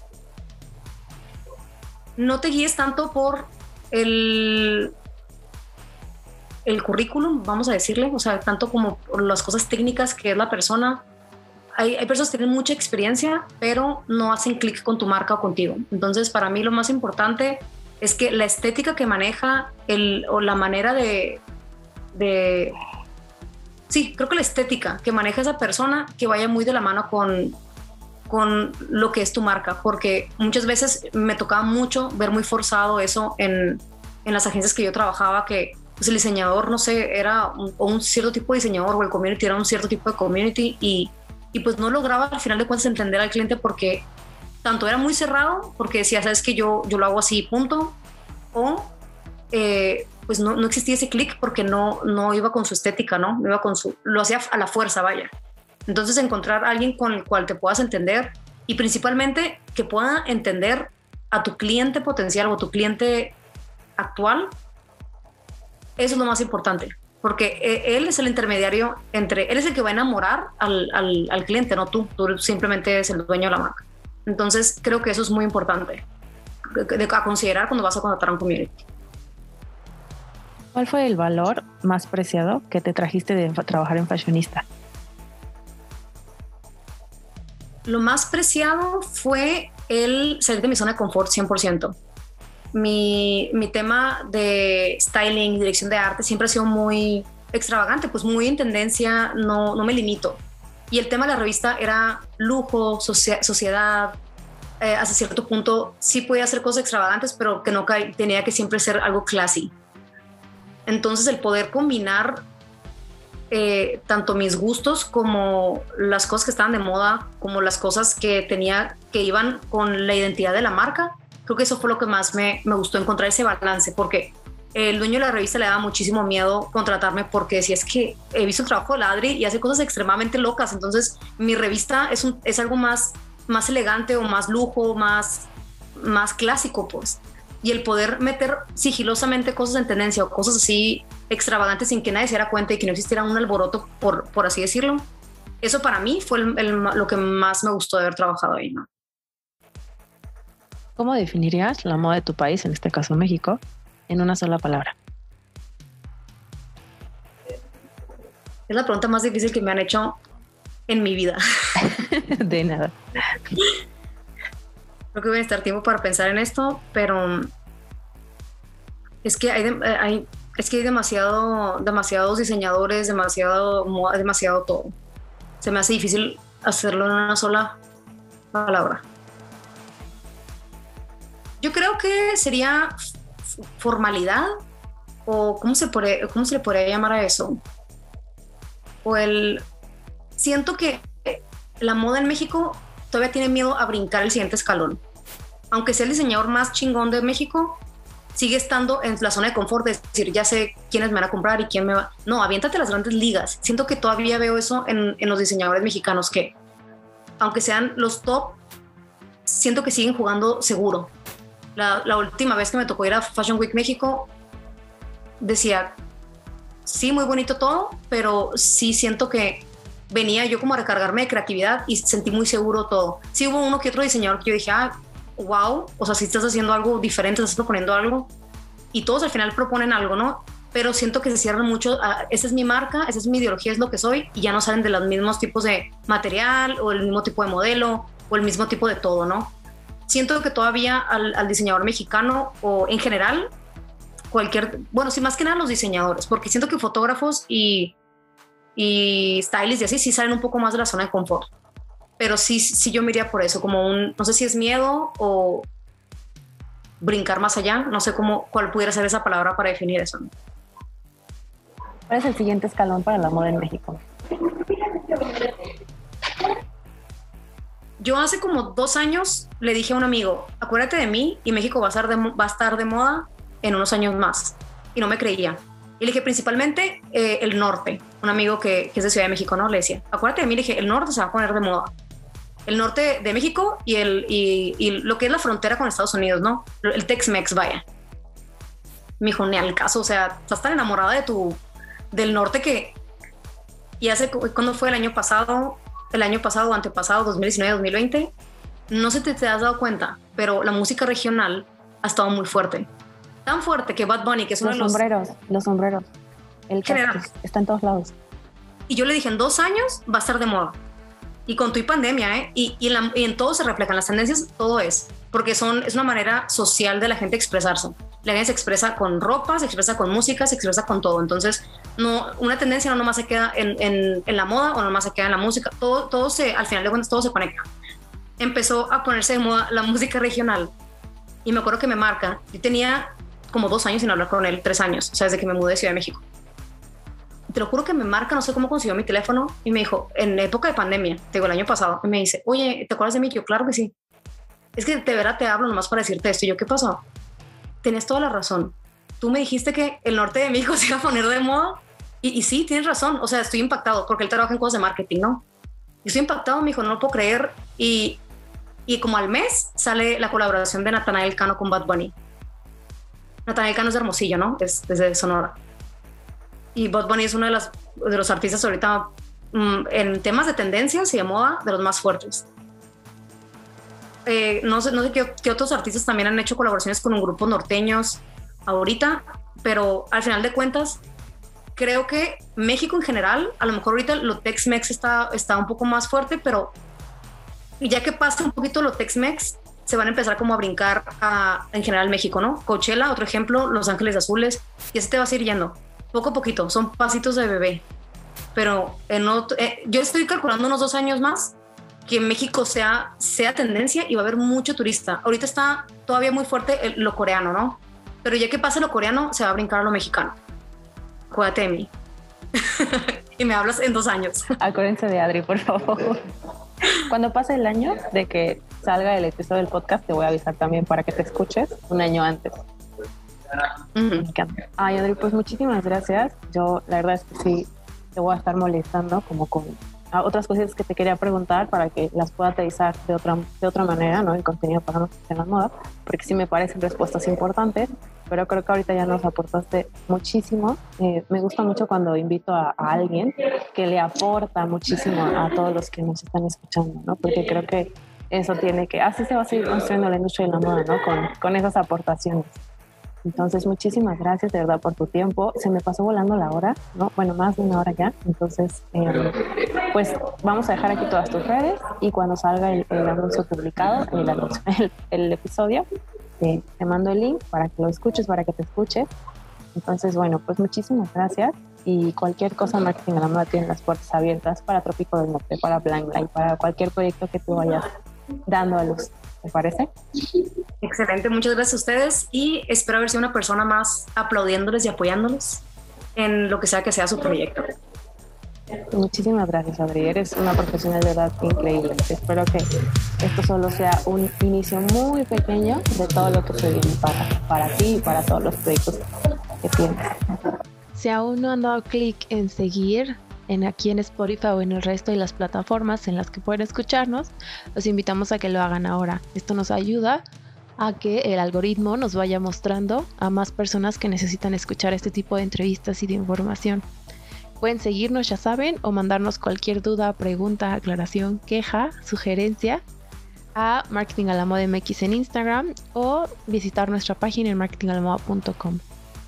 No te guíes tanto por el el currículum, vamos a decirle, o sea, tanto como por las cosas técnicas que es la persona. Hay, hay personas que tienen mucha experiencia, pero no hacen clic con tu marca o contigo. Entonces, para mí lo más importante es que la estética que maneja el, o la manera de, de... Sí, creo que la estética que maneja esa persona que vaya muy de la mano con, con lo que es tu marca, porque muchas veces me tocaba mucho ver muy forzado eso en, en las agencias que yo trabajaba, que pues el diseñador, no sé, era un, un cierto tipo de diseñador o el community era un cierto tipo de community y, y pues no lograba al final de cuentas entender al cliente porque tanto era muy cerrado, porque decía, sabes que yo, yo lo hago así, punto, o eh, pues no, no existía ese clic porque no, no iba con su estética, ¿no? No iba con su, lo hacía a la fuerza, vaya. Entonces encontrar a alguien con el cual te puedas entender y principalmente que pueda entender a tu cliente potencial o tu cliente actual. Eso es lo más importante, porque él es el intermediario entre, él es el que va a enamorar al, al, al cliente, no tú, tú simplemente eres el dueño de la marca. Entonces creo que eso es muy importante de, de, a considerar cuando vas a contratar a un community. ¿Cuál fue el valor más preciado que te trajiste de trabajar en Fashionista? Lo más preciado fue el salir de mi zona de confort cien por ciento. Mi, mi tema de styling y dirección de arte siempre ha sido muy extravagante, pues muy en tendencia, no, no me limito. Y el tema de la revista era lujo, socia- sociedad, eh, hasta cierto punto sí podía hacer cosas extravagantes, pero que no ca- tenía que siempre ser algo classy. Entonces el poder combinar eh, tanto mis gustos como las cosas que estaban de moda, como las cosas que tenía que iban con la identidad de la marca, creo que eso fue lo que más me, me gustó, encontrar ese balance, porque el dueño de la revista le daba muchísimo miedo contratarme porque decía, es que he visto el trabajo de Adri y hace cosas extremadamente locas, entonces mi revista es, un, es algo más, más elegante o más lujo, más, más clásico, pues. Y el poder meter sigilosamente cosas en tendencia o cosas así extravagantes sin que nadie se diera cuenta y que no existiera un alboroto, por, por así decirlo, eso para mí fue el, el, lo que más me gustó de haber trabajado ahí, ¿no? ¿Cómo definirías la moda de tu país, en este caso México, en una sola palabra? Es la pregunta más difícil que me han hecho en mi vida. De nada. Creo que voy a necesitar tiempo para pensar en esto, pero es que hay, de, hay, es que hay demasiado, demasiados diseñadores, demasiado, demasiado todo. Se me hace difícil hacerlo en una sola palabra. Yo creo que sería formalidad, o cómo se, puede, cómo se le podría llamar a eso. O el... Siento que la moda en México todavía tiene miedo a brincar el siguiente escalón. Aunque sea el diseñador más chingón de México, sigue estando en la zona de confort de decir, ya sé quiénes me van a comprar y quién me va... No, aviéntate a las grandes ligas. Siento que todavía veo eso en, en los diseñadores mexicanos, que aunque sean los top, siento que siguen jugando seguro. La, la última vez que me tocó ir a Fashion Week México, decía, sí, muy bonito todo, pero sí siento que venía yo como a recargarme de creatividad y sentí muy seguro todo. Sí hubo uno que otro diseñador que yo dije, ah, wow, o sea, si estás haciendo algo diferente, estás proponiendo algo, y todos al final proponen algo, ¿no? Pero siento que se cierran mucho a, esa es mi marca, esa es mi ideología, es lo que soy, y ya no salen de los mismos tipos de material, o el mismo tipo de modelo, o el mismo tipo de todo, ¿no? Siento que todavía al, al diseñador mexicano, o en general, cualquier, bueno, sí, más que nada los diseñadores, porque siento que fotógrafos y y stylists y así sí salen un poco más de la zona de confort, pero sí, sí yo me iría por eso, como un, no sé si es miedo o brincar más allá, no sé cómo, cuál pudiera ser esa palabra para definir eso, ¿no? ¿Cuál es el siguiente escalón para la moda en México? Yo hace como dos años le dije a un amigo, acuérdate de mí y México va a estar de, va a estar de moda en unos años más, y no me creía. Y le dije, principalmente eh, el norte. Un amigo que, que es de Ciudad de México, ¿no? Le decía, acuérdate de mí. Le dije, el norte se va a poner de moda. El norte de México y, el, y, y lo que es la frontera con Estados Unidos, ¿no? El Tex-Mex, vaya. Me dijo, ni al caso. O sea, estás tan enamorada de tu, del norte que... Y hace, ¿cuándo fue el año pasado? El año pasado o antepasado, dos mil diecinueve, dos mil veinte. No sé si te, te has dado cuenta, pero la música regional ha estado muy fuerte. Tan fuerte que Bad Bunny, que es uno los de los... sombreros, los sombreros. El casco está en todos lados. Y yo le dije, en dos años va a estar de moda. Y con tu y pandemia, ¿eh? Y, y, en la, y en todo se reflejan las tendencias, todo es. Porque son, es una manera social de la gente expresarse. La gente se expresa con ropa, se expresa con música, se expresa con todo. Entonces, no, una tendencia no nomás se queda en, en, en la moda o no nomás se queda en la música. Todo, todo se, al final de cuentas, todo se conecta. Empezó a ponerse de moda la música regional. Y me acuerdo que me marca. Yo tenía como dos años sin hablar con él, tres años, o sea, desde que me mudé de Ciudad de México. Te lo juro que me marca, no sé cómo consiguió mi teléfono, y me dijo, en época de pandemia, te digo, el año pasado, y me dice, oye, ¿te acuerdas de mí? Yo, claro que sí. Es que de verdad te hablo nomás para decirte esto. Y yo, ¿qué pasó? Tenías toda la razón. Tú me dijiste que el norte de México se iba a poner de moda, y, y sí, tienes razón, o sea, estoy impactado, porque él trabaja en cosas de marketing, ¿no? Y estoy impactado, me dijo, no lo puedo creer, y, y como al mes sale la colaboración de Natanael Cano con Bad Bunny. Natanael Cano es de Hermosillo, ¿no? Es desde Sonora. y Bad Bunny es uno de, las, de los artistas ahorita mm, en temas de tendencias y de moda, de los más fuertes. Eh, no sé, no sé qué, qué otros artistas también han hecho colaboraciones con un grupo norteños ahorita, pero al final de cuentas creo que México en general, a lo mejor ahorita lo Tex-Mex está, está un poco más fuerte, pero ya que pasa un poquito lo Tex-Mex, se van a empezar como a brincar a, en general México, ¿no? Coachella, otro ejemplo, Los Ángeles Azules, y así te vas a ir yendo, poco a poquito, son pasitos de bebé. Pero en otro, eh, yo estoy calculando unos dos años más que México sea, sea tendencia y va a haber mucho turista. Ahorita está todavía muy fuerte el, lo coreano, ¿no? Pero ya que pase lo coreano, se va a brincar a lo mexicano. Acuérdate de mí. Y me hablas en dos años. Acuérdense de Adri, por favor. Cuando pase el año de que salga el episodio del podcast, te voy a avisar también para que te escuches un año antes. Uh-huh. Me encanta. Ay, Adri, pues muchísimas gracias. Yo, la verdad es que sí, te voy a estar molestando como con otras cosas que te quería preguntar para que las pueda aterrizar de otra, de otra manera, ¿no? El contenido para nosotros en la moda, porque sí me parecen respuestas importantes, pero creo que ahorita ya nos aportaste muchísimo. Eh, me gusta mucho cuando invito a, a alguien que le aporta muchísimo a todos los que nos están escuchando, ¿no? Porque creo que eso tiene que, así se va a seguir construyendo la industria de la moda, ¿no? Con, con esas aportaciones. Entonces, muchísimas gracias de verdad por tu tiempo. Se me pasó volando la hora, ¿no? Bueno, más de una hora ya. Entonces, eh, pues vamos a dejar aquí todas tus redes y cuando salga el, el anuncio publicado, el, anuncio, el, el episodio, te, te mando el link para que lo escuches, para que te escuches. Entonces, bueno, pues muchísimas gracias y cualquier cosa, Marketing a la Moda tiene las puertas abiertas para Trópico del Norte, para Blind Light, para cualquier proyecto que tú vayas dando a luz. ¿Te parece? Excelente, muchas gracias a ustedes y espero haber sido una persona más aplaudiéndoles y apoyándoles en lo que sea que sea su proyecto. Muchísimas gracias, Adri. Eres una profesional de verdad increíble. Espero que esto solo sea un inicio muy pequeño de todo lo que se viene para, para ti y para todos los proyectos que tienes. Si aún no han dado clic en seguir en aquí en Spotify o en el resto de las plataformas en las que pueden escucharnos, los invitamos a que lo hagan ahora. Esto nos ayuda a que el algoritmo nos vaya mostrando a más personas que necesitan escuchar este tipo de entrevistas y de información. Pueden seguirnos, ya saben, o mandarnos cualquier duda, pregunta, aclaración, queja, sugerencia a Marketing a la Moda M X en Instagram o visitar nuestra página en marketing a la moda punto com.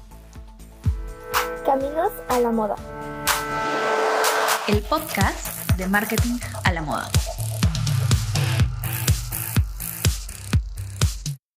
Caminos a la Moda. El podcast de Marketing a la Moda.